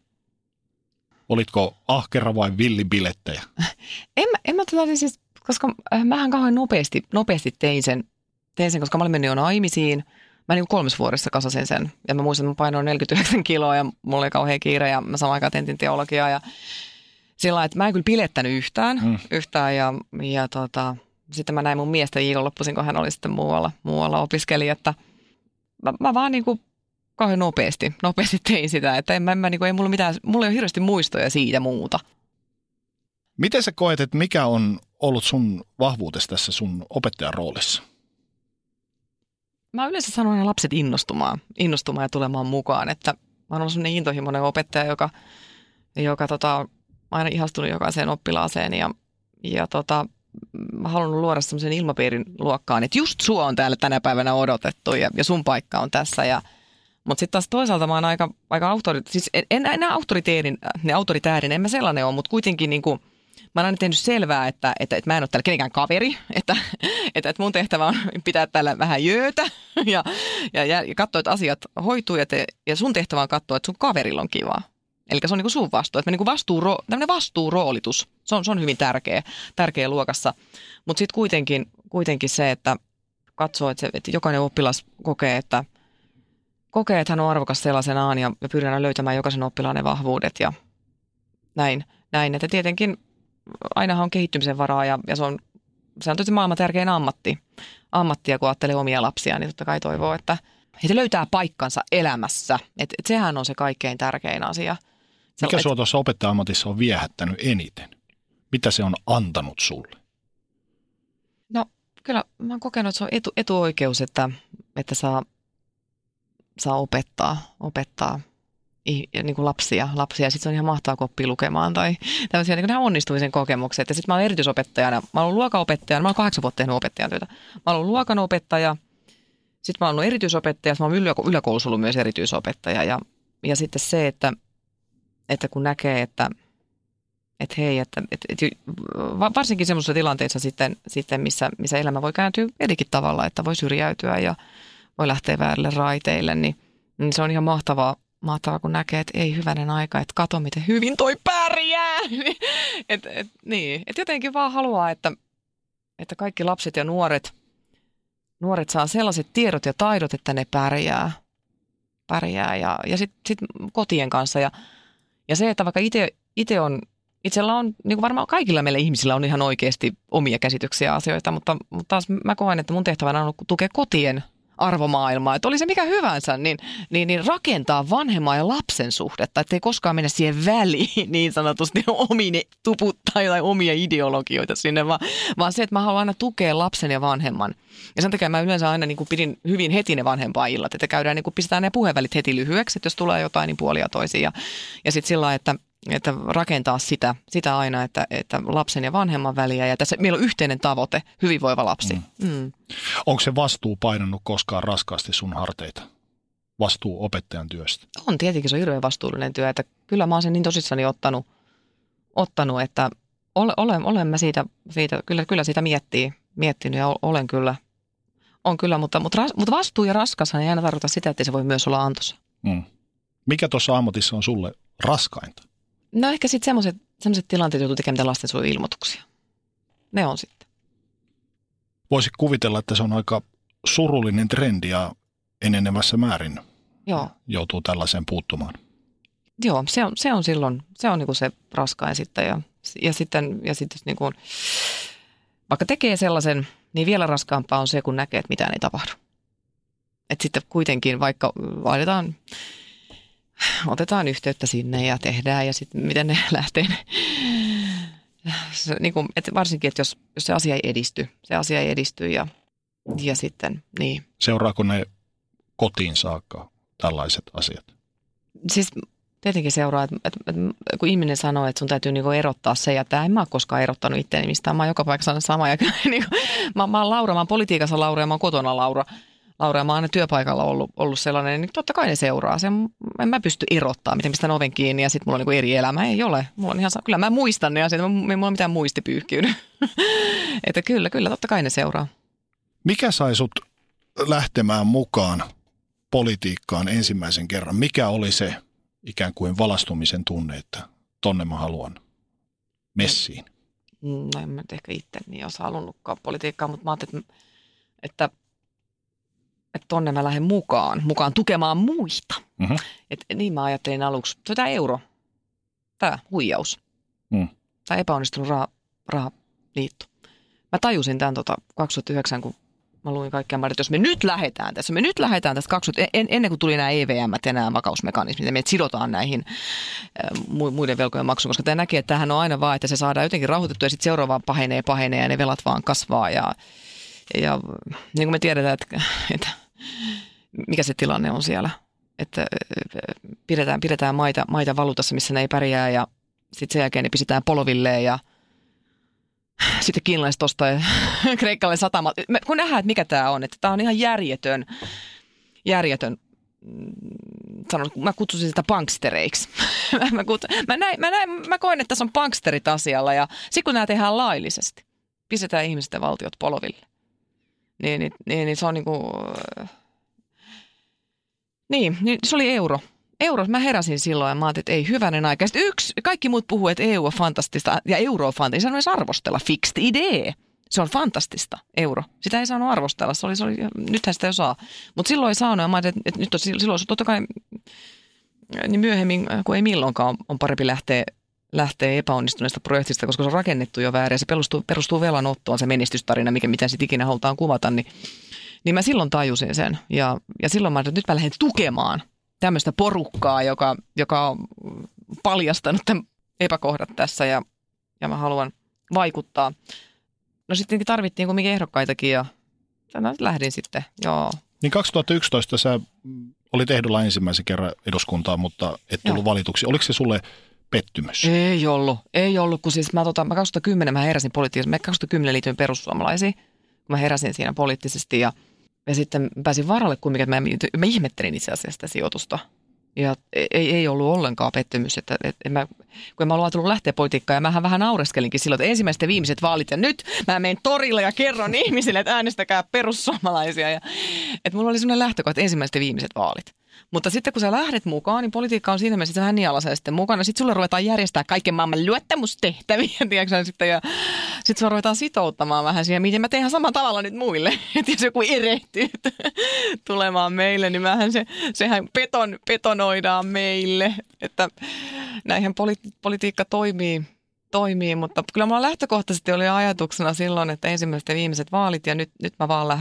Olitko ahkera vai villibilettäjä? En mä, en mä tota siis, koska mähän kauhean nopeasti, nopeasti tein sen, tein sen, koska mä olin mennyt jo naimisiin. Mä niin kolmes vuodessa kasasin sen. Ja mä muistan, että mä painoin neljäkymmentäyhdeksän kiloa ja mulla oli kauhean kiire ja mä samaan aikaan tentin teologiaa. Ja sillä lailla, että mä en kyllä bilettänyt yhtään. Mm. yhtään ja, ja tota, sitten mä näin mun miestä viikonloppuisin, kun hän oli sitten muualla, muualla opiskeli, että Mä, mä vaan niin kuin kauhean nopeasti, nopeasti tein sitä, että en mä, mä niin kuin, ei mulla mitään, mulla ei ole hirveästi muistoja siitä muuta. Miten sä koet, että mikä on ollut sun vahvuutesi tässä sun opettajan roolissa? Mä yleensä sanon aina lapset innostumaan, innostumaan ja tulemaan mukaan, että mä oon ollut sellainen intohimoinen opettaja, joka, joka tota, on aina ihastunut jokaiseen oppilaaseen ja, ja tota, mä halunnut luoda semmoisen ilmapiirin luokkaan, että just sua on täällä tänä päivänä odotettu ja, ja sun paikka on tässä. Ja, mutta sitten taas toisaalta mä oon aika, aika autoriteerin, siis en, en enää autoriteerin, ne autoritäärin, en mä sellainen ole, mutta kuitenkin niin kuin, mä oon aina tehnyt selvää, että, että, että mä en ole täällä kenenkään kaveri, että, että, että mun tehtävä on pitää täällä vähän jöötä ja, ja, ja katsoa, että asiat hoituu ja, te, ja sun tehtävä on katsoa, että sun kaverilla on kivaa. Eli se on niin kuin sun vastuu, että niin kuin vastuuro, tämmöinen vastuuroolitus, se on, se on hyvin tärkeä, tärkeä luokassa. Mutta sitten kuitenkin, kuitenkin se, että katsoo, että, se, että jokainen oppilas kokee, että, kokee, että hän on arvokas sellaisenaan ja pyritään löytämään jokaisen oppilaan ne vahvuudet ja näin. näin. Että tietenkin ainahan on kehittymisen varaa ja, ja se on, se on tietysti maailman tärkein ammatti. Ammattia, kun ajattelee omia lapsia, niin totta kai toivoo, että he löytää paikkansa elämässä. Et, et sehän on se kaikkein tärkein asia. Mikä sua tuossa opettaja-ammatissa on viehättänyt eniten? Mitä se on antanut sulle? No kyllä mä oon kokenut, että se on etu, etuoikeus, että, että saa, saa opettaa, opettaa niin kuin lapsia. lapsia. Sitten se on ihan mahtavaa, kun oppii lukemaan tai tämmöisiä niin kuin onnistumisen kokemuksia. Sitten mä olen erityisopettajana. Mä olen luokanopettajana. Mä olen kahdeksan vuotta tehnyt opettajan työtä. Mä olen luokanopettaja. Sitten mä olen ollut erityisopettaja. Mä olen yläkoulussa ollut myös erityisopettaja. Ja, ja sitten se, että että kun näkee, että, että hei, että, että, että varsinkin semmoisessa tilanteessa sitten, sitten missä, missä elämä voi kääntyä erikin tavalla, että voi syrjäytyä ja voi lähteä väärille raiteille, niin, niin se on ihan mahtavaa, mahtavaa, kun näkee, että ei hyvänen aika, että kato miten hyvin toi pärjää. et, et, niin, että jotenkin vaan haluaa, että, että kaikki lapset ja nuoret, nuoret saa sellaiset tiedot ja taidot, että ne pärjää, pärjää ja, ja sitten sit kotien kanssa ja Ja se, että vaikka itse, itse on, itsellä on, niin kuin varmaan kaikilla meillä ihmisillä on ihan oikeasti omia käsityksiä asioita, mutta, mutta taas mä koen, että mun tehtävänä on tukea kotien arvomaailmaa, että oli se mikä hyvänsä, niin, niin, niin rakentaa vanhemman ja lapsen suhdetta, ettei koskaan mennä siihen väliin niin sanotusti omine tuputtaa tai omia ideologioita sinne, vaan, vaan se, että mä haluan aina tukea lapsen ja vanhemman. Ja sen takia mä yleensä aina niin kuin pidin hyvin heti ne vanhempainillat, että käydään niin kuin pistetään ne puhevälit heti lyhyeksi, että jos tulee jotain, niin puolia toisiin. Ja, ja sitten sillä lailla, että että rakentaa sitä, sitä aina, että, että lapsen ja vanhemman väliä. Ja tässä meillä on yhteinen tavoite, hyvinvoiva lapsi. Mm. Mm. Onko se vastuu painanut koskaan raskaasti sun harteita? Vastuu opettajan työstä? On tietenkin, se on hirveän vastuullinen työ. Että kyllä mä oon sen niin tosissani ottanut, ottanut että olen, olen mä siitä, siitä kyllä, kyllä siitä miettii, miettinyt ja olen kyllä, on kyllä mutta, mutta, mutta vastuu ja raskashan ei aina tarkoita sitä, että se voi myös olla antoisa. Mm. Mikä tuossa ammatissa on sulle raskainta? No ehkä sitten semmoiset, semmoiset tilanteet joutuu tekemään lastensuojeluilmoituksia. Ne on sitten. Voisi kuvitella, että se on aika surullinen trendi ja enenevässä määrin Joo. joutuu tällaiseen puuttumaan. Joo, se on, se on silloin, se on niinku se raskain sitten. Ja, ja sitten, ja sitten niinku, vaikka tekee sellaisen, niin vielä raskaampaa on se, kun näkee, että mitään ei tapahdu. Että sitten kuitenkin vaikka vaaditaan... Otetaan yhteyttä sinne ja tehdään ja sitten miten ne lähtee. Se, niin kuin, että varsinkin, että jos, jos se asia ei edisty, se asia ei edisty ja, ja sitten niin. Seuraako ne kotiin saakka tällaiset asiat? Siis tietenkin seuraa, että, että, että kun ihminen sanoo, että sun täytyy niin kuin erottaa se ja tämä, en mä ole koskaan erottanut itseäni mistään. Mä oon joka paikassa sama. Ja, niin kuin, mä, mä oon Laura, mä oon politiikassa Laura ja mä oon kotona Laura. Laura, mä oon aina työpaikalla ollut, ollut sellainen, niin totta kai ne seuraa. Se, en mä pysty erottaa, miten pistän oven kiinni ja sitten mulla on niin eri elämä. Ei ole. Mulla on ihan, kyllä mä muistan ne asiat, mulla ei mulla mitään muistipyyhkiydy. Että kyllä, kyllä, totta kai ne seuraa. Mikä sai sut lähtemään mukaan politiikkaan ensimmäisen kerran? Mikä oli se ikään kuin valastumisen tunne, että tonne mä haluan messiin? No en mä ehkä itse niin olisi halunnutkaan politiikkaa, mutta mä ajattelin, että, että että tonne mä lähden mukaan, mukaan tukemaan muita. Mm-hmm. Et niin mä ajattelin aluksi. Se on tämä euro, tämä huijaus, mm. tämä epäonnistunut rah- rahaliitto. Mä tajusin tämän tota kaksituhattayhdeksän, kun mä luin kaikkea, että jos me nyt lähdetään tässä, me nyt lähdetään tästä kaksituhatta, en, ennen kuin tuli nämä E V M ja nämä vakausmekanismit, ja meidät sidotaan näihin muiden velkojen maksuun, koska tämä näkee, että tämähän on aina vaan, että se saadaan jotenkin rauhoitettua ja sitten seuraavaan pahenee, pahenee ja ne velat vaan kasvaa ja, ja niin kuin me tiedetään, että, että mikä se tilanne on siellä, että pidetään, pidetään maita, maita valuutassa, missä ne ei pärjää ja sitten sen jälkeen ne pistetään polvilleen ja sitten kiinalaiset ostaa kreikkalainen satama. Kun nähdään, että mikä tämä on, että tämä on ihan järjetön, järjetön, sanon, mä kutsusin sitä bankstereiksi. mä, kutsun, mä, näin, mä, näin, mä koen, että tässä on banksterit asialla ja sitten kun nämä tehdään laillisesti, pistetään ihmisten valtiot polville. Niin, niin, niin, niin se on niin kuin, niin, niin se oli euro. Euro, mä heräsin silloin ja mä ajattelin, että ei hyvänen aika. Sitten yksi, kaikki muut puhuu, että E U on fantastista ja euro on fantastista. Ei saanut edes arvostella. Fixed idea. Se on fantastista, euro. Sitä ei saanut arvostella. Se oli, se oli, nythän sitä jo saa. Mutta silloin ei saanut ja mä ajattelin, että nyt on, silloin totta kai niin myöhemmin, kun ei milloinkaan, on parempi lähteä, lähteä epäonnistuneesta projektista, koska se on rakennettu jo väärin ja se perustuu, perustuu velanottoon, se menestystarina, mikä, mitä sitten ikinä halutaan kuvata. Niin, niin mä silloin tajusin sen ja, ja silloin mä ajattelin, että nyt mä lähden tukemaan tämmöistä porukkaa, joka, joka on paljastanut tämän epäkohdat tässä ja, ja mä haluan vaikuttaa. No sitten tarvittiin kumminkin ehdokkaitakin ja no, lähdin sitten, joo. Niin kaksituhattayksitoista sä olit ehdolla ensimmäisen kerran eduskuntaan, mutta et tullut joo. valituksi. Oliko se sulle pettymys? Ei ollut, ei ollut, kun siis mä, tota, mä kaksituhattakymmenen mä heräsin poliittisesti, mä kaksituhattakymmenen liityin perussuomalaisiin, kun mä heräsin siinä poliittisesti ja Ja sitten pääsin varalle kumminkin, että mä, mä ihmettelin itse asiassa sitä sijoitusta. Ja ei, ei ollut ollenkaan pettymys, että, että mä, kun mä olen ajatellut lähteä politiikkaan ja mähän vähän naureskelinkin silloin, että ensimmäiset ja viimeiset vaalit ja nyt mä menen torille ja kerron ihmisille, että äänestäkää perussuomalaisia. Ja, että mulla oli sellainen lähtökohta, että ensimmäiset ja viimeiset vaalit. Mutta sitten kun sä lähdet mukaan, niin politiikka on siinä mielessä vähän nialaisen sitten mukana. Sitten sulle ruvetaan järjestää kaiken maailman luottamustehtäviä, tiedätkö sitten, ja sitten sulle ruvetaan sitouttamaan vähän siihen, miten mä teen ihan samalla tavalla nyt muille. Että jos joku erehtyy tulemaan meille, niin mähän se, sehän beton, betonoidaan meille. Että näinhän poli- politiikka toimii, toimii, mutta kyllä mulla lähtökohtaisesti oli ajatuksena silloin, että ensimmäiset ja viimeiset vaalit, ja nyt, nyt mä vaan lähden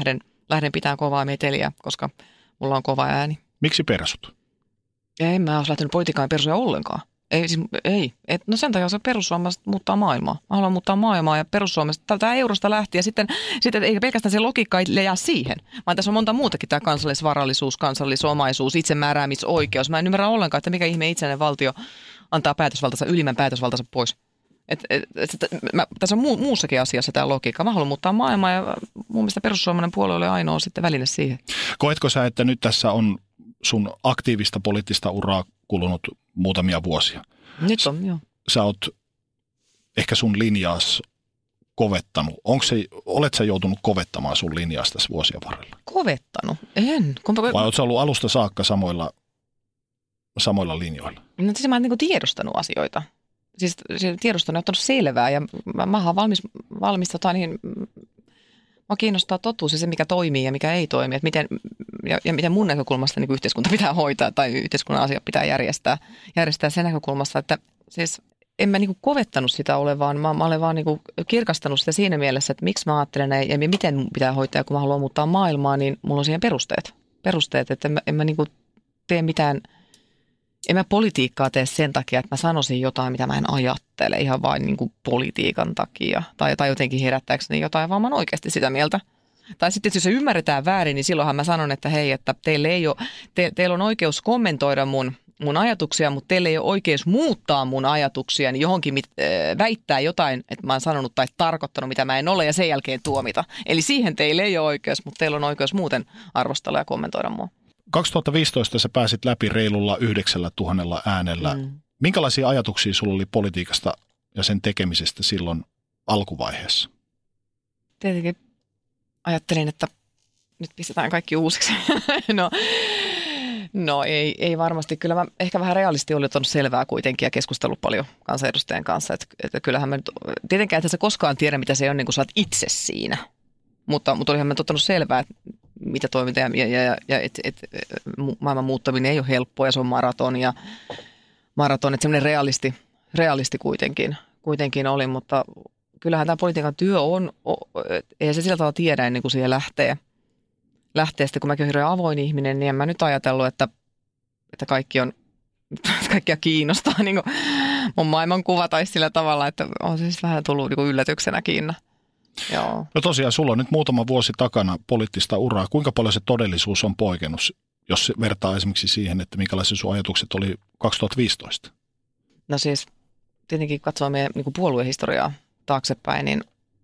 lähden pitämään kovaa meteliä, koska mulla on kova ääni. Miksi persut? Ja en mä olisi lähtenyt politiikkaan persuja ollenkaan. Ei, siis, ei. Et, no sen takia se perussuomalaiset muuttaa maailmaa. Mä haluan muuttaa maailmaa ja perussuomalaiset tältä eurosta lähti. Ja sitten, sitten eikä pelkästään se logiikka ei jää siihen, vaan tässä on monta muutakin, tämä kansallisvarallisuus, kansallisomaisuus, itsemääräämisoikeus. Mä en ymmärrä ollenkaan, että mikä ihme itsenäinen valtio antaa päätösvaltansa, ylimmän päätösvaltansa pois. Et, et, et, mä, tässä on muu, muussakin asiassa tämä logiikka. Mä haluan muuttaa maailmaa ja mun mielestä perussuomalainen puolue oli ainoa sitten väline siihen. Koetko sä, että nyt tässä on sun aktiivista poliittista uraa kulunut muutamia vuosia? Nyt on, joo. Sä oot ehkä sun linjaas kovettanut. Onko se, olet sä joutunut kovettamaan sun linjaas tässä vuosien varrella? Kovettanut? En. Kumpa... Vai oot sä ollut alusta saakka samoilla, samoilla linjoilla? No siis mä oon niin tiedostanut asioita. Siis, siis tiedostanut ja ottanut selvää ja mä, mä oon valmis, valmis tota, niin, mä kiinnostaa totuus ja se, mikä toimii ja mikä ei toimi. Että miten, ja, ja miten mun näkökulmasta niin yhteiskunta pitää hoitaa tai yhteiskunnan asiat pitää järjestää, järjestää sen näkökulmasta, että siis en mä niin kovettanut sitä ole, vaan mä, mä olen vaan niin kirkastanut sitä siinä mielessä, että miksi mä ajattelen ja, ja miten mun pitää hoitaa, kun mä haluan muuttaa maailmaa, niin mulla on siihen perusteet. Perusteet, että en mä, en mä niin tee mitään, en mä politiikkaa tee sen takia, että mä sanoisin jotain, mitä mä en ajattele ihan vain niin politiikan takia tai, tai jotenkin herättääkseni jotain, vaan mä oon oikeasti sitä mieltä. Tai sitten jos se ymmärretään väärin, niin silloinhan mä sanon, että hei, että teille ei ole, te, teillä on oikeus kommentoida mun, mun ajatuksia, mutta teille ei ole oikeus muuttaa mun ajatuksia, niin johonkin mit, äh, väittää jotain, että mä oon sanonut tai tarkoittanut, mitä mä en ole, ja sen jälkeen tuomita. Eli siihen teille ei ole oikeus, mutta teillä on oikeus muuten arvostella ja kommentoida mua. kaksituhattaviisitoista sä pääsit läpi reilulla yhdeksällä tuhannella äänellä. Mm. Minkälaisia ajatuksia sulla oli politiikasta ja sen tekemisestä silloin alkuvaiheessa? Tietenkin ajattelin, että nyt pistetään kaikki uusiksi. no, no ei, ei varmasti. Kyllä mä ehkä vähän realisti oli ottanut selvää kuitenkin ja keskustellut paljon kansanedustajien kanssa. Että, että kyllähän mä nyt, tietenkään että sä koskaan tiedä, mitä se on, niin kuin sä oot itse siinä. Mutta, mutta olihan mä ottanut selvää, että mitä toiminta ja, ja, ja, ja että et, maailman muuttaminen ei ole helppoa ja se on maraton ja maraton, että semmoinen realisti, realisti kuitenkin, kuitenkin oli, mutta kyllähän tämä politiikan työ on, ei se sillä tavalla tiedä ennen kuin siihen lähtee. Lähtee sitten, kun mäkin olen hirveän avoin ihminen, niin en mä nyt ajatellut, että, että kaikki on, kaikkia kiinnostaa niin kuin mun maailmankuva tai sillä tavalla, että on se siis vähän tullut niin kuin yllätyksenäkin. Joo. No tosiaan, sulla on nyt muutama vuosi takana poliittista uraa. Kuinka paljon se todellisuus on poikennut, jos vertaa esimerkiksi siihen, että minkälaisia sun ajatukset oli kaksituhattaviisitoista? No siis, tietenkin katsoo meidän niin kuin puoluehistoriaa taaksepäin, niin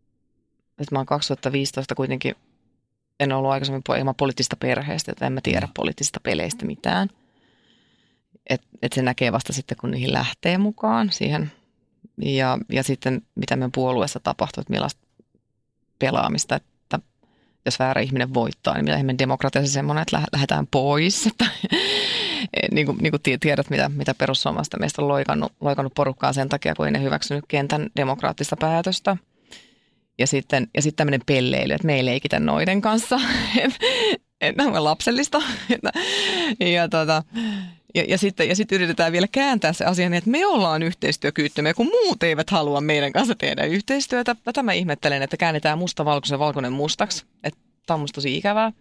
nyt mä oon kaksituhattaviisitoista kuitenkin, en ollut aikaisemmin ilman poliittista perheestä, että en mä tiedä poliittisista peleistä mitään. Että et se näkee vasta sitten, kun niihin lähtee mukaan siihen. Ja, ja sitten, mitä meidän puolueessa tapahtuu, että millaista pelaamista, että jos väärä ihminen voittaa, niin mitä ihminen demokratia se semmoinen, että lähdetään pois. Että, niin, kuin, niin kuin tiedät, mitä, mitä perussuomalaista meistä on loikannut, loikannut porukkaa sen takia, kun ei ne hyväksynyt kentän demokraattista päätöstä. Ja sitten, ja sitten tämmöinen pelleily, että me ei leikitä noiden kanssa, että on lapsellista. ja, tota, ja, ja, sitten, ja sitten yritetään vielä kääntää se asia niin, että me ollaan yhteistyökyvyttömiä, kun muut eivät halua meidän kanssa tehdä yhteistyötä. Tätä mä ihmettelen, että käännetään musta valkoisen valkoinen mustaksi. Että tämä on musta tosi ikävää.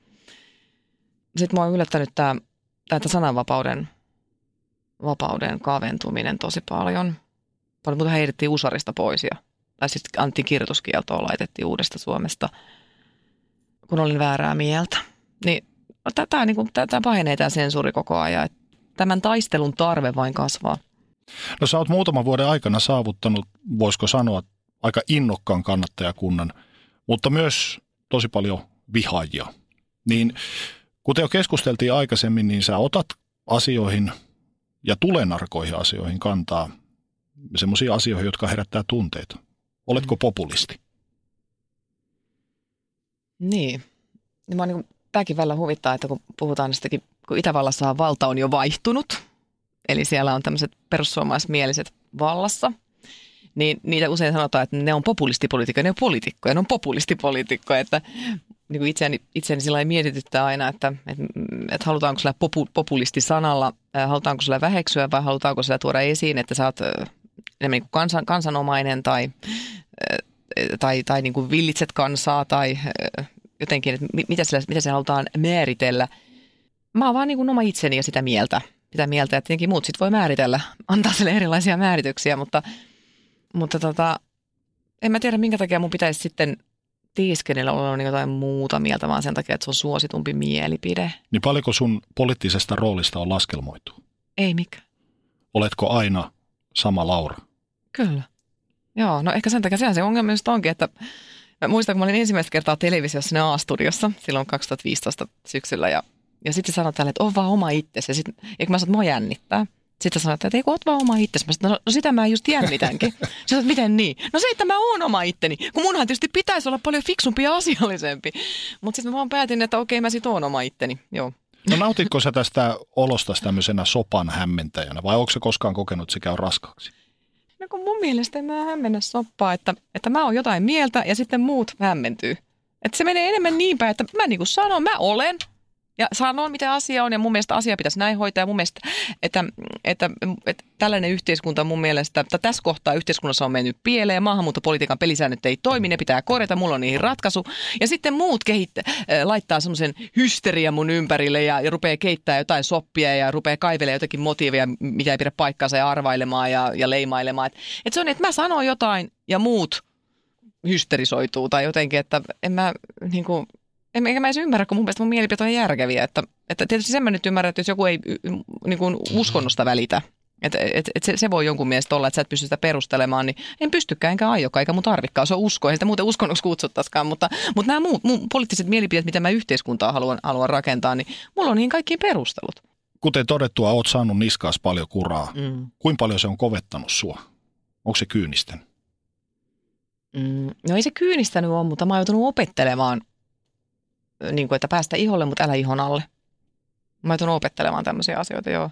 Sitten mua on yllättänyt tämä, tämä sananvapauden vapauden kaventuminen tosi paljon. Paljon muuta heitettiin Usarista pois ja tai sitten annettiin kirjoituskieltoa, laitettiin uudesta Suomesta, kun olin väärää mieltä. Niin tämä niin pahenee tämä sensuuri koko ajan. Tämän taistelun tarve vain kasvaa. No sä oot muutaman vuoden aikana saavuttanut, voisiko sanoa, aika innokkaan kannattajakunnan, mutta myös tosi paljon vihaajia. Niin kuten jo keskusteltiin aikaisemmin, niin sä otat asioihin ja tulenarkoihin asioihin kantaa semmoisia asioihin, jotka herättää tunteita. Oletko populisti? Niin. Mä niin tämäkin välillä huvittaa, että kun puhutaan niistäkin, kun Itävallassa on valta on jo vaihtunut, eli siellä on tämmöiset perussuomalaismieliset vallassa, niin niitä usein sanotaan, että ne on populistipolitiikkoja, ne on poliitikkoja, ne on populistipoliitikkoja, että niin kuin itseäni, itseäni sillä mietityttää aina, että, että, että halutaanko sillä popu, populistisanalla, halutaanko sillä väheksyä vai halutaanko sillä tuoda esiin, että sä oot enemmän niin kuin kansan, kansanomainen tai, tai, tai niin kuin villitset kansaa tai jotenkin, että mitä siellä, mitä siellä halutaan määritellä. Mä oon vaan niin kuin oma itseni ja sitä mieltä. Sitä mieltä, että tietenkin muut sit voi määritellä, antaa sille erilaisia määrityksiä, mutta, mutta tota, en mä tiedä, minkä takia mun pitäisi sitten tiiskennellä olla jotain muuta mieltä, vaan sen takia, että se on suositumpi mielipide. Niin paljonko sun poliittisesta roolista on laskelmoitu? Ei mikään. Oletko aina sama Laura? Kyllä. Joo, no ehkä sen takia sehän se ongelma just onkin, että mä muistan, kun mä olin ensimmäistä kertaa televisiossa sinne A-studiossa silloin kaksituhattaviisitoista syksyllä ja, ja sitten sanoit tälle, että on vaan oma itsesi. Ja sitten kun mä sanoin, että mua jännittää. Sitten sanoit, että ei kun oot vaan oma itsesi. Mä sanoin, no, no sitä mä just jännitänkin. Sanoit, miten niin? No se, että mä oon oma itteni. Kun munhan tietysti pitäisi olla paljon fiksumpi ja asiallisempi. Mutta sitten mä vaan päätin, että okei mä sit oon oma itteni. Joo. No nautitko sä tästä olosta tämmöisenä sopan hämmentäjänä vai onko sä koskaan kokenut, että se käy raskaaksi? No kun mun mielestä en mä hämmennä soppaa, että, että mä oon jotain mieltä ja sitten muut hämmentyy. Että se menee enemmän niin päin, että mä niin kuin sanon, mä olen ja sanon mitä asia on ja mun mielestä asia pitäisi näin hoitaa ja mun mielestä, että, että, että, että tällainen yhteiskunta mun mielestä, että tässä kohtaa yhteiskunnassa on mennyt pieleen ja maahanmuuttopolitiikan pelisäännöt ei toimi, ne pitää korjata, mulla on niihin ratkaisu ja sitten muut kehittää, laittaa semmoisen hysteria mun ympärille ja, ja rupeaa keittää jotain soppia ja rupeaa kaivelemaan jotakin motiiveja, mitä ei pidä paikkaansa ja arvailemaan ja, ja leimailemaan. Että et se on, että mä sanon jotain ja muut hysterisoituu tai jotenkin, että en mä niin kuin, enkä mä edes ymmärrä, kun mun mielestä mun mielipiteet on järkeviä. Että, että tietysti sen mä nyt ymmärrän, että jos joku ei niin kuin uskonnosta välitä, että, että, että se, se voi jonkun mielestä olla, että sä et pysty sitä perustelemaan, niin en pystykään enkä aiokaan, eikä mun tarvikaan. Se on usko, ei sitä muuten uskonnoksi kutsuttaisikaan. Mutta, mutta nämä muut mun poliittiset mielipiteet, mitä mä yhteiskuntaa haluan, haluan rakentaa, niin mulla on niin kaikki perustelut. Kuten todettua, oot saanut niskaas paljon kuraa. Mm. Kuinka paljon se on kovettanut sua? Onko se kyynisten? Mm. No ei se kyynistänyt ole, mutta mä oon joutunut opettelemaan, niin kuin, että päästä iholle, mutta älä ihon alle. Mä oon joutunut opettelemaan tämmöisiä asioita, joo.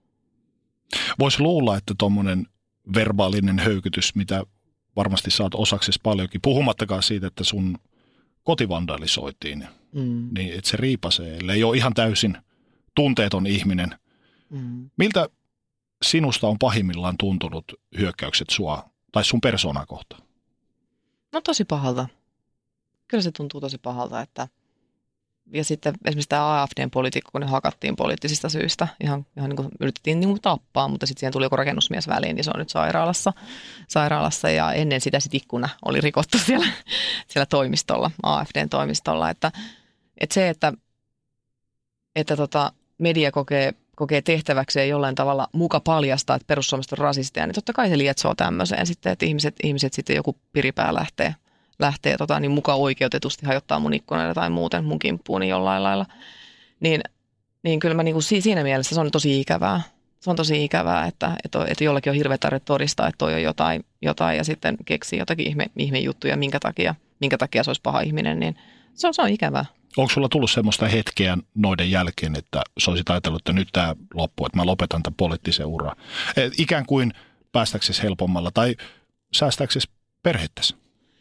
Voisi luulla, että tuommoinen verbaalinen höykytys, mitä varmasti saat osaksesi paljonkin, puhumattakaan siitä, että sun koti vandalisoitiin, mm. niin että se riipasee, ellei ole ihan täysin tunteeton ihminen. Mm. Miltä sinusta on pahimmillaan tuntunut hyökkäykset sua tai sun persoonaa kohtaan? No tosi pahalta. Kyllä se tuntuu tosi pahalta, että ja sitten esimerkiksi tämä A F D:n poliitikko, kun ne hakattiin poliittisista syistä, ihan, ihan niin kuin yritettiin niin kuin tappaa, mutta sitten siihen tuli joku rakennusmies väliin, niin se on nyt sairaalassa, sairaalassa ja ennen sitä sitten ikkuna oli rikottu siellä, siellä toimistolla, A F D:n toimistolla, että, että se, että, että tota, media kokee, kokee tehtäväkseen jollain tavalla muka paljastaa, että perussuomalaiset on rasisteja, niin totta kai se lietsoo tämmöiseen sitten, että ihmiset, ihmiset sitten joku piripää lähtee. lähtee tota, niin mukaan oikeutetusti hajottaa mun ikkunoille tai muuten mun kimppuuni jollain lailla, niin, niin kyllä mä niin kuin siinä mielessä se on tosi ikävää. Se on tosi ikävää, että, että, että jollakin on hirveä tarve todistaa, että toi on jotain, jotain ja sitten keksii jotakin ihme, ihme juttuja, minkä takia, minkä takia se olisi paha ihminen, niin se on, se on ikävää. Onko sulla tullut semmoista hetkeä noiden jälkeen, että sä olisit ajatellut, että nyt tämä loppuu, että mä lopetan tämän poliittisen uran? Et ikään kuin päästäksesi helpommalla tai säästääksesi perhettäsi?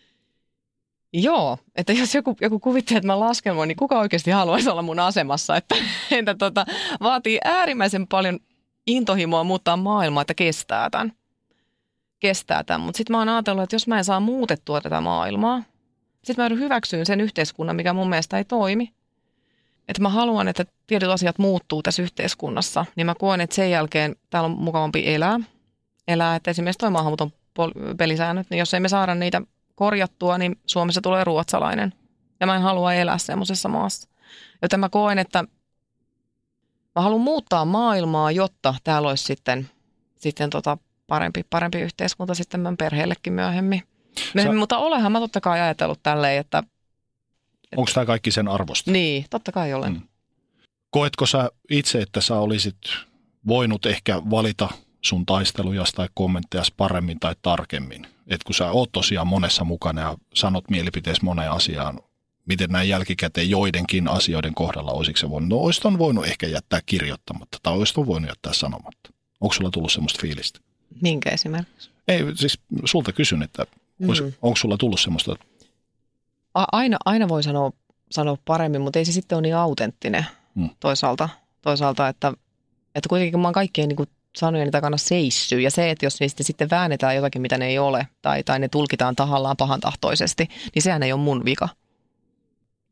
Joo, että jos joku, joku kuvittelee, että mä laskelmoin, niin kuka oikeasti haluaisi olla mun asemassa, että, että tota, vaatii äärimmäisen paljon intohimoa muuttaa maailmaa, että kestää tämän. Kestää tämän, mutta sitten mä oon ajatellut, että jos mä en saa muutettua tätä maailmaa, sitten mä hyväksyn sen yhteiskunnan, mikä mun mielestä ei toimi. Että mä haluan, että tietyt asiat muuttuu tässä yhteiskunnassa, niin mä koen, että sen jälkeen täällä on mukavampi elää. Elää, että esimerkiksi toi maahanmuuton pelisäännöt, niin jos ei me saada niitä korjattua, niin Suomessa tulee ruotsalainen. Ja mä en halua elää semmoisessa maassa. Joten mä koen, että mä haluan muuttaa maailmaa, jotta täällä olisi sitten, sitten tota parempi, parempi yhteiskunta sitten meidän perheellekin myöhemmin. Sä... Mutta olehan mä totta kai ajatellut tälleen, että... Onko tämä kaikki sen arvosta? Niin, totta kai olen. Hmm. Koetko sä itse, että sä olisit voinut ehkä valita sun taistelujas tai kommenttejas paremmin tai tarkemmin? Että kun sä oot tosiaan monessa mukana ja sanot mielipiteessä moneen asiaan, miten näin jälkikäteen joidenkin asioiden kohdalla olisiko se voinut? No oisit on voinut ehkä jättää kirjoittamatta tai oisit on voinut jättää sanomatta. Onko sulla tullut semmoista fiilistä? Minkä esimerkiksi? Ei, siis sulta kysyn, että olis, mm. onko sulla tullut semmoista? Aina, aina voi sanoa, sanoa paremmin, mutta ei se sitten ole niin autenttinen mm. toisaalta, toisaalta että, että kuitenkin mä oon kaikkien niin kuin sanojeni takana seissyt. Ja se, että jos niistä sitten väännetään jotakin, mitä ne ei ole, tai, tai ne tulkitaan tahallaan pahantahtoisesti, niin sehän ei ole mun vika.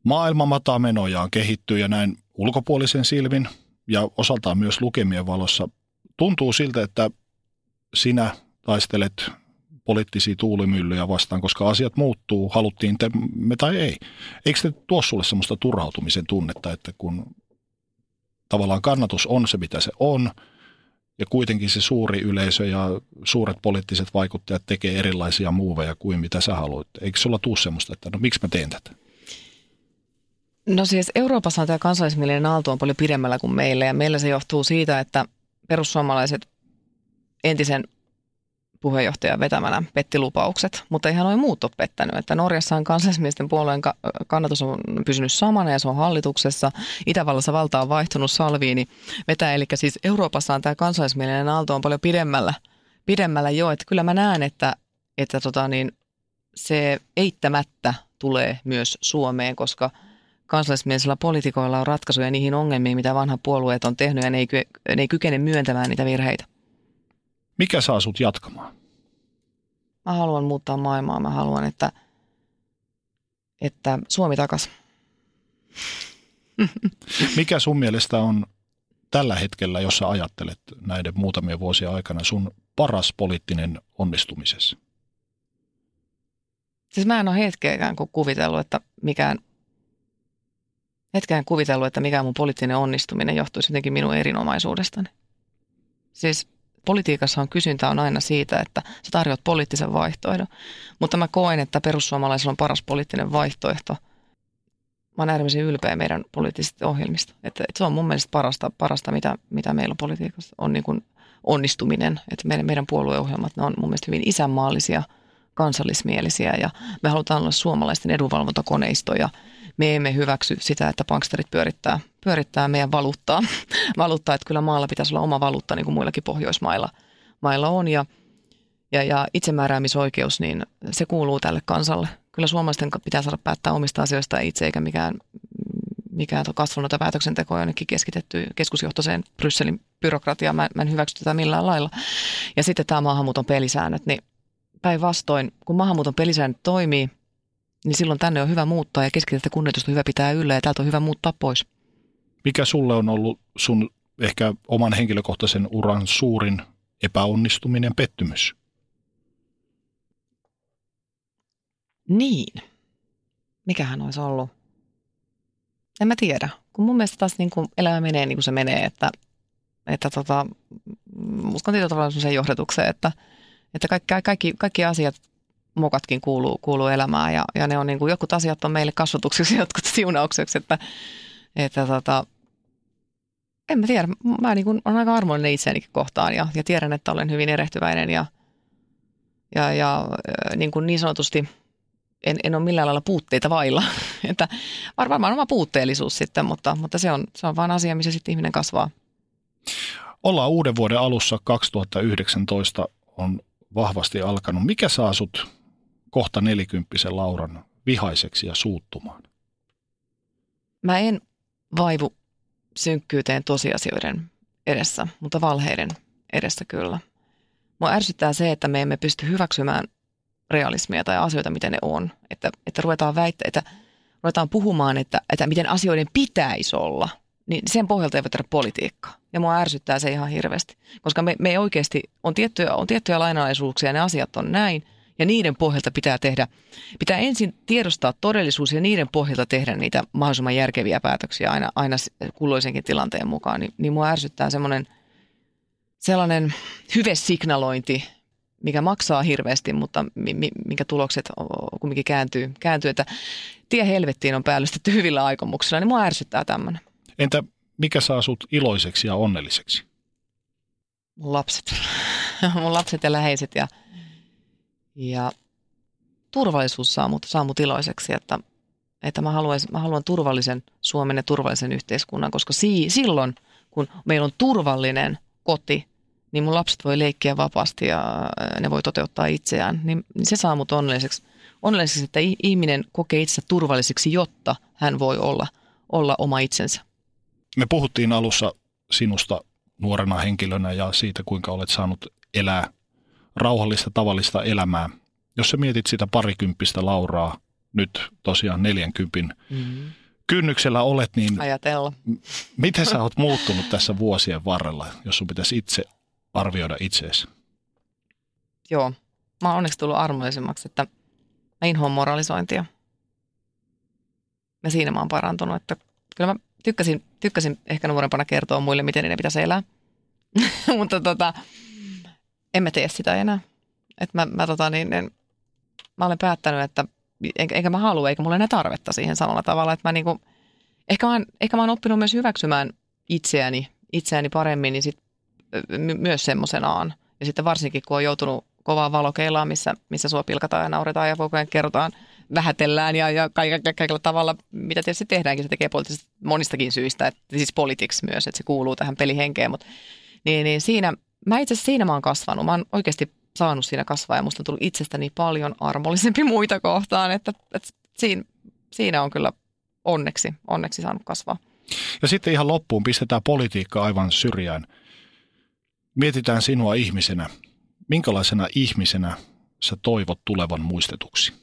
Maailma mataa menojaan, kehittyy ja näin ulkopuolisen silmin ja osaltaan myös lukemien valossa tuntuu siltä, että sinä taistelet poliittisia tuulimyllyjä vastaan, koska asiat muuttuu, haluttiin te, me tai ei. Eikö se tuo sulle semmoista turhautumisen tunnetta, että kun tavallaan kannatus on se, mitä se on, ja kuitenkin se suuri yleisö ja suuret poliittiset vaikuttajat tekee erilaisia muuveja kuin mitä sä haluat. Eikö sulla tuu semmoista, että no miksi mä teen tätä? No siis Euroopassa tämä kansallismielinen aalto on paljon pidemmällä kuin meillä, ja meillä se johtuu siitä, että perussuomalaiset entisen puheenjohtajan vetämänä petti lupaukset, mutta eihän noin muut ole pettänyt. Että Norjassahan kansallismielisten puolueen kannatus on pysynyt samana ja se on hallituksessa. Itävallassa valta on vaihtunut, Salviini vetää. Eli siis Euroopassa tämä kansallismielinen aalto on paljon pidemmällä, pidemmällä jo. Että kyllä mä näen, että, että tota niin, se eittämättä tulee myös Suomeen, koska kansallismielisillä poliitikoilla on ratkaisuja niihin ongelmiin, mitä vanhat puolueet on tehnyt ja ne ei, ne ei kykene myöntämään niitä virheitä. Mikä saa sut jatkamaan? Mä haluan muuttaa maailmaa. Mä haluan, että, että Suomi takas. Mikä sun mielestä on tällä hetkellä, jos sä ajattelet näiden muutamien vuosien aikana sun paras poliittinen onnistumisessa? Siis mä en ole hetkeäkään kuvitellut, että mikään, hetkeään kuvitellut, että mikään mun poliittinen onnistuminen johtuisi jotenkin minun erinomaisuudestani. Siis politiikassa on kysyntä on aina siitä, että sä tarjoat poliittisen vaihtoehdon, mutta mä koen, että perussuomalaisilla on paras poliittinen vaihtoehto. Mä oon äärimmäisen ylpeä meidän poliittisista ohjelmista. Että, että se on mun mielestä parasta, parasta mitä, mitä meillä on politiikassa, on niin kuin onnistuminen. Että meidän, meidän puolueohjelmat, ne on mun mielestä hyvin isänmaallisia, kansallismielisiä ja me halutaan olla suomalaisten edunvalvontakoneistoja. Me emme hyväksy sitä, että banksterit pyörittää, pyörittää meidän valuuttaa. valuuttaa, että kyllä maalla pitäisi olla oma valuutta, niin kuin muillakin Pohjoismailla mailla on. Ja, ja, ja itsemääräämisoikeus, niin se kuuluu tälle kansalle. Kyllä suomalaisten pitää saada päättää omista asioista itse, eikä mikään, mikään kasvanut päätöksenteko jonnekin keskitetty keskusjohtoiseen Brysselin byrokratiaan. Mä, mä en hyväksy tätä millään lailla. Ja sitten tämä maahanmuuton pelisäännöt, niin päinvastoin, kun maahanmuuton pelisäännöt toimii, niin silloin tänne on hyvä muuttaa ja keskitettä kunnioitusta hyvä pitää yllä ja täältä on hyvä muuttaa pois. Mikä sulle on ollut sun ehkä oman henkilökohtaisen uran suurin epäonnistuminen, pettymys? Niin. Mikähän olisi ollut? En mä tiedä. Kun mun mielestä taas niin kuin elämä menee niin kuin se menee, että, että tota, uskon tietyllä tavalla sellaiseen johdetukseen, että, että kaikki, kaikki, kaikki asiat, mokatkin kuuluu, kuuluu elämään ja, ja ne on niin kuin, jotkut asiat on meille kasvatuksiksi, jotkut siunaukseksi, että, että tota, en mä tiedä, mä niin kuin, olen aika armollinen itseänikin kohtaan ja, ja tiedän, että olen hyvin erehtyväinen ja, ja, ja niin, kuin niin sanotusti en, en ole millään lailla puutteita vailla, että varmaan oma puutteellisuus sitten, mutta, mutta se, on, se on vaan asia, missä sitten ihminen kasvaa. Ollaan uuden vuoden alussa kaksituhattayhdeksäntoista on vahvasti alkanut. Mikä saa sut kohta nelikymppisen Lauran vihaiseksi ja suuttumaan? Mä en vaivu synkkyyteen tosiasioiden edessä, mutta valheiden edessä kyllä. Mua ärsyttää se, että me emme pysty hyväksymään realismia tai asioita, miten ne on. Että, että ruvetaan väittää, että ruvetaan puhumaan, että, että miten asioiden pitäisi olla, niin sen pohjalta ei voi tehdä politiikkaa. Ja mua ärsyttää se ihan hirveästi, koska me, me oikeasti on tiettyjä, on tiettyjä lainalaisuuksia ja ne asiat on näin. Ja niiden pohjalta pitää tehdä, pitää ensin tiedostaa todellisuus ja niiden pohjalta tehdä niitä mahdollisimman järkeviä päätöksiä aina, aina kulloisenkin tilanteen mukaan. Niin, niin mua ärsyttää semmoinen sellainen hyvesignalointi, mikä maksaa hirveästi, mutta minkä tulokset kumminkin kääntyy, kääntyy, että tie helvettiin on päällystetty hyvillä aikomuksilla, niin mua ärsyttää tämmöinen. Entä mikä saa sut iloiseksi ja onnelliseksi? Mun lapset. Mun lapset ja läheiset ja, ja turvallisuus saa mut, saa mut iloiseksi, että, että mä, haluais, mä haluan turvallisen Suomen ja turvallisen yhteiskunnan, koska si, silloin, kun meillä on turvallinen koti, niin mun lapset voi leikkiä vapaasti ja ne voi toteuttaa itseään, niin, niin se saa mut onnelliseksi. Onnelliseksi, että ihminen kokee itsensä turvalliseksi, jotta hän voi olla, olla oma itsensä. Me puhuttiin alussa sinusta nuorena henkilönä ja siitä, kuinka olet saanut elää rauhallista, tavallista elämää. Jos sä mietit sitä parikymppistä Lauraa nyt tosiaan neljänkympin Mm-hmm. kynnyksellä olet, niin Ajatella. miten sä oot muuttunut tässä vuosien varrella, jos sun pitäisi itse arvioida itseesi? Joo, mä oon onneksi tullut armollisemmaksi, että mä inhoan moralisointia. Ja siinä mä oon parantunut, että kyllä mä tykkäsin, tykkäsin ehkä nuorempana kertoa muille, miten ne pitäisi elää. Mutta tota, en mä tee sitä enää. Et mä, mä, tota, niin, en, mä olen päättänyt, että enkä, enkä mä halua, eikä mulla enää tarvetta siihen samalla tavalla. Että mä niinku, ehkä, mä oon, ehkä mä oon oppinut myös hyväksymään itseäni, itseäni paremmin, niin sit, my, myös semmoisenaan. Ja sitten varsinkin, kun on joutunut kovaa valokeilaan, missä, missä sua pilkataan ja nauretaan ja koko ajan kerrotaan, vähätellään ja, ja kaikilla, kaikilla tavalla, mitä tietysti tehdäänkin, se tekee poliittisesti monistakin syistä, että, siis politics myös, että se kuuluu tähän pelihenkeen, mutta niin, niin siinä, mä itse asiassa siinä mä oon kasvanut, mä oon oikeasti saanut siinä kasvaa ja musta on tullut itsestäni paljon armollisempi muita kohtaan, että, että siinä, siinä on kyllä onneksi, onneksi saanut kasvaa. Ja sitten ihan loppuun pistetään politiikka aivan syrjään. Mietitään sinua ihmisenä. Minkälaisena ihmisenä sä toivot tulevan muistetuksi?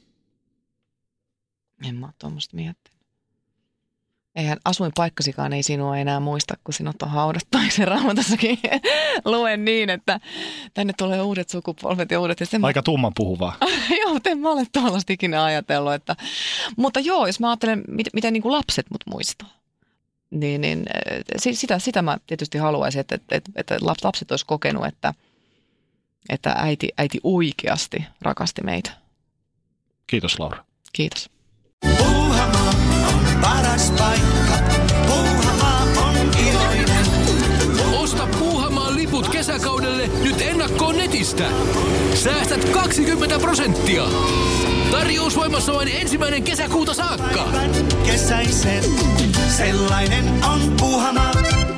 En mä ole tuommoista miettinyt. Eihän asuinpaikkasikaan ei sinua enää muista, kun sinut on haudattu. Se Raamatussakin luen niin, että tänne tulee uudet sukupolvet ja uudet. Ja Aika tumman puhuvaa. Joo, mutta en mä ole tuollaista ikinä ajatellut. Että, mutta joo, jos mä ajattelen, miten, miten niin kuin lapset mut muistaa, niin, niin sitä, sitä mä tietysti haluaisin, että, että, että lapset olisi kokenut, että, että äiti, äiti oikeasti rakasti meitä. Kiitos, Laura. Kiitos. Puuhamaa on paras paikka. Puuhamaa on iloinen. Osta Puuhamaan liput kesäkaudelle nyt ennakkoon netistä. Säästät kaksikymmentä prosenttia. Tarjous voimassa vain ensimmäinen kesäkuuta saakka. Kesäisen, sellainen on Puuhamaa.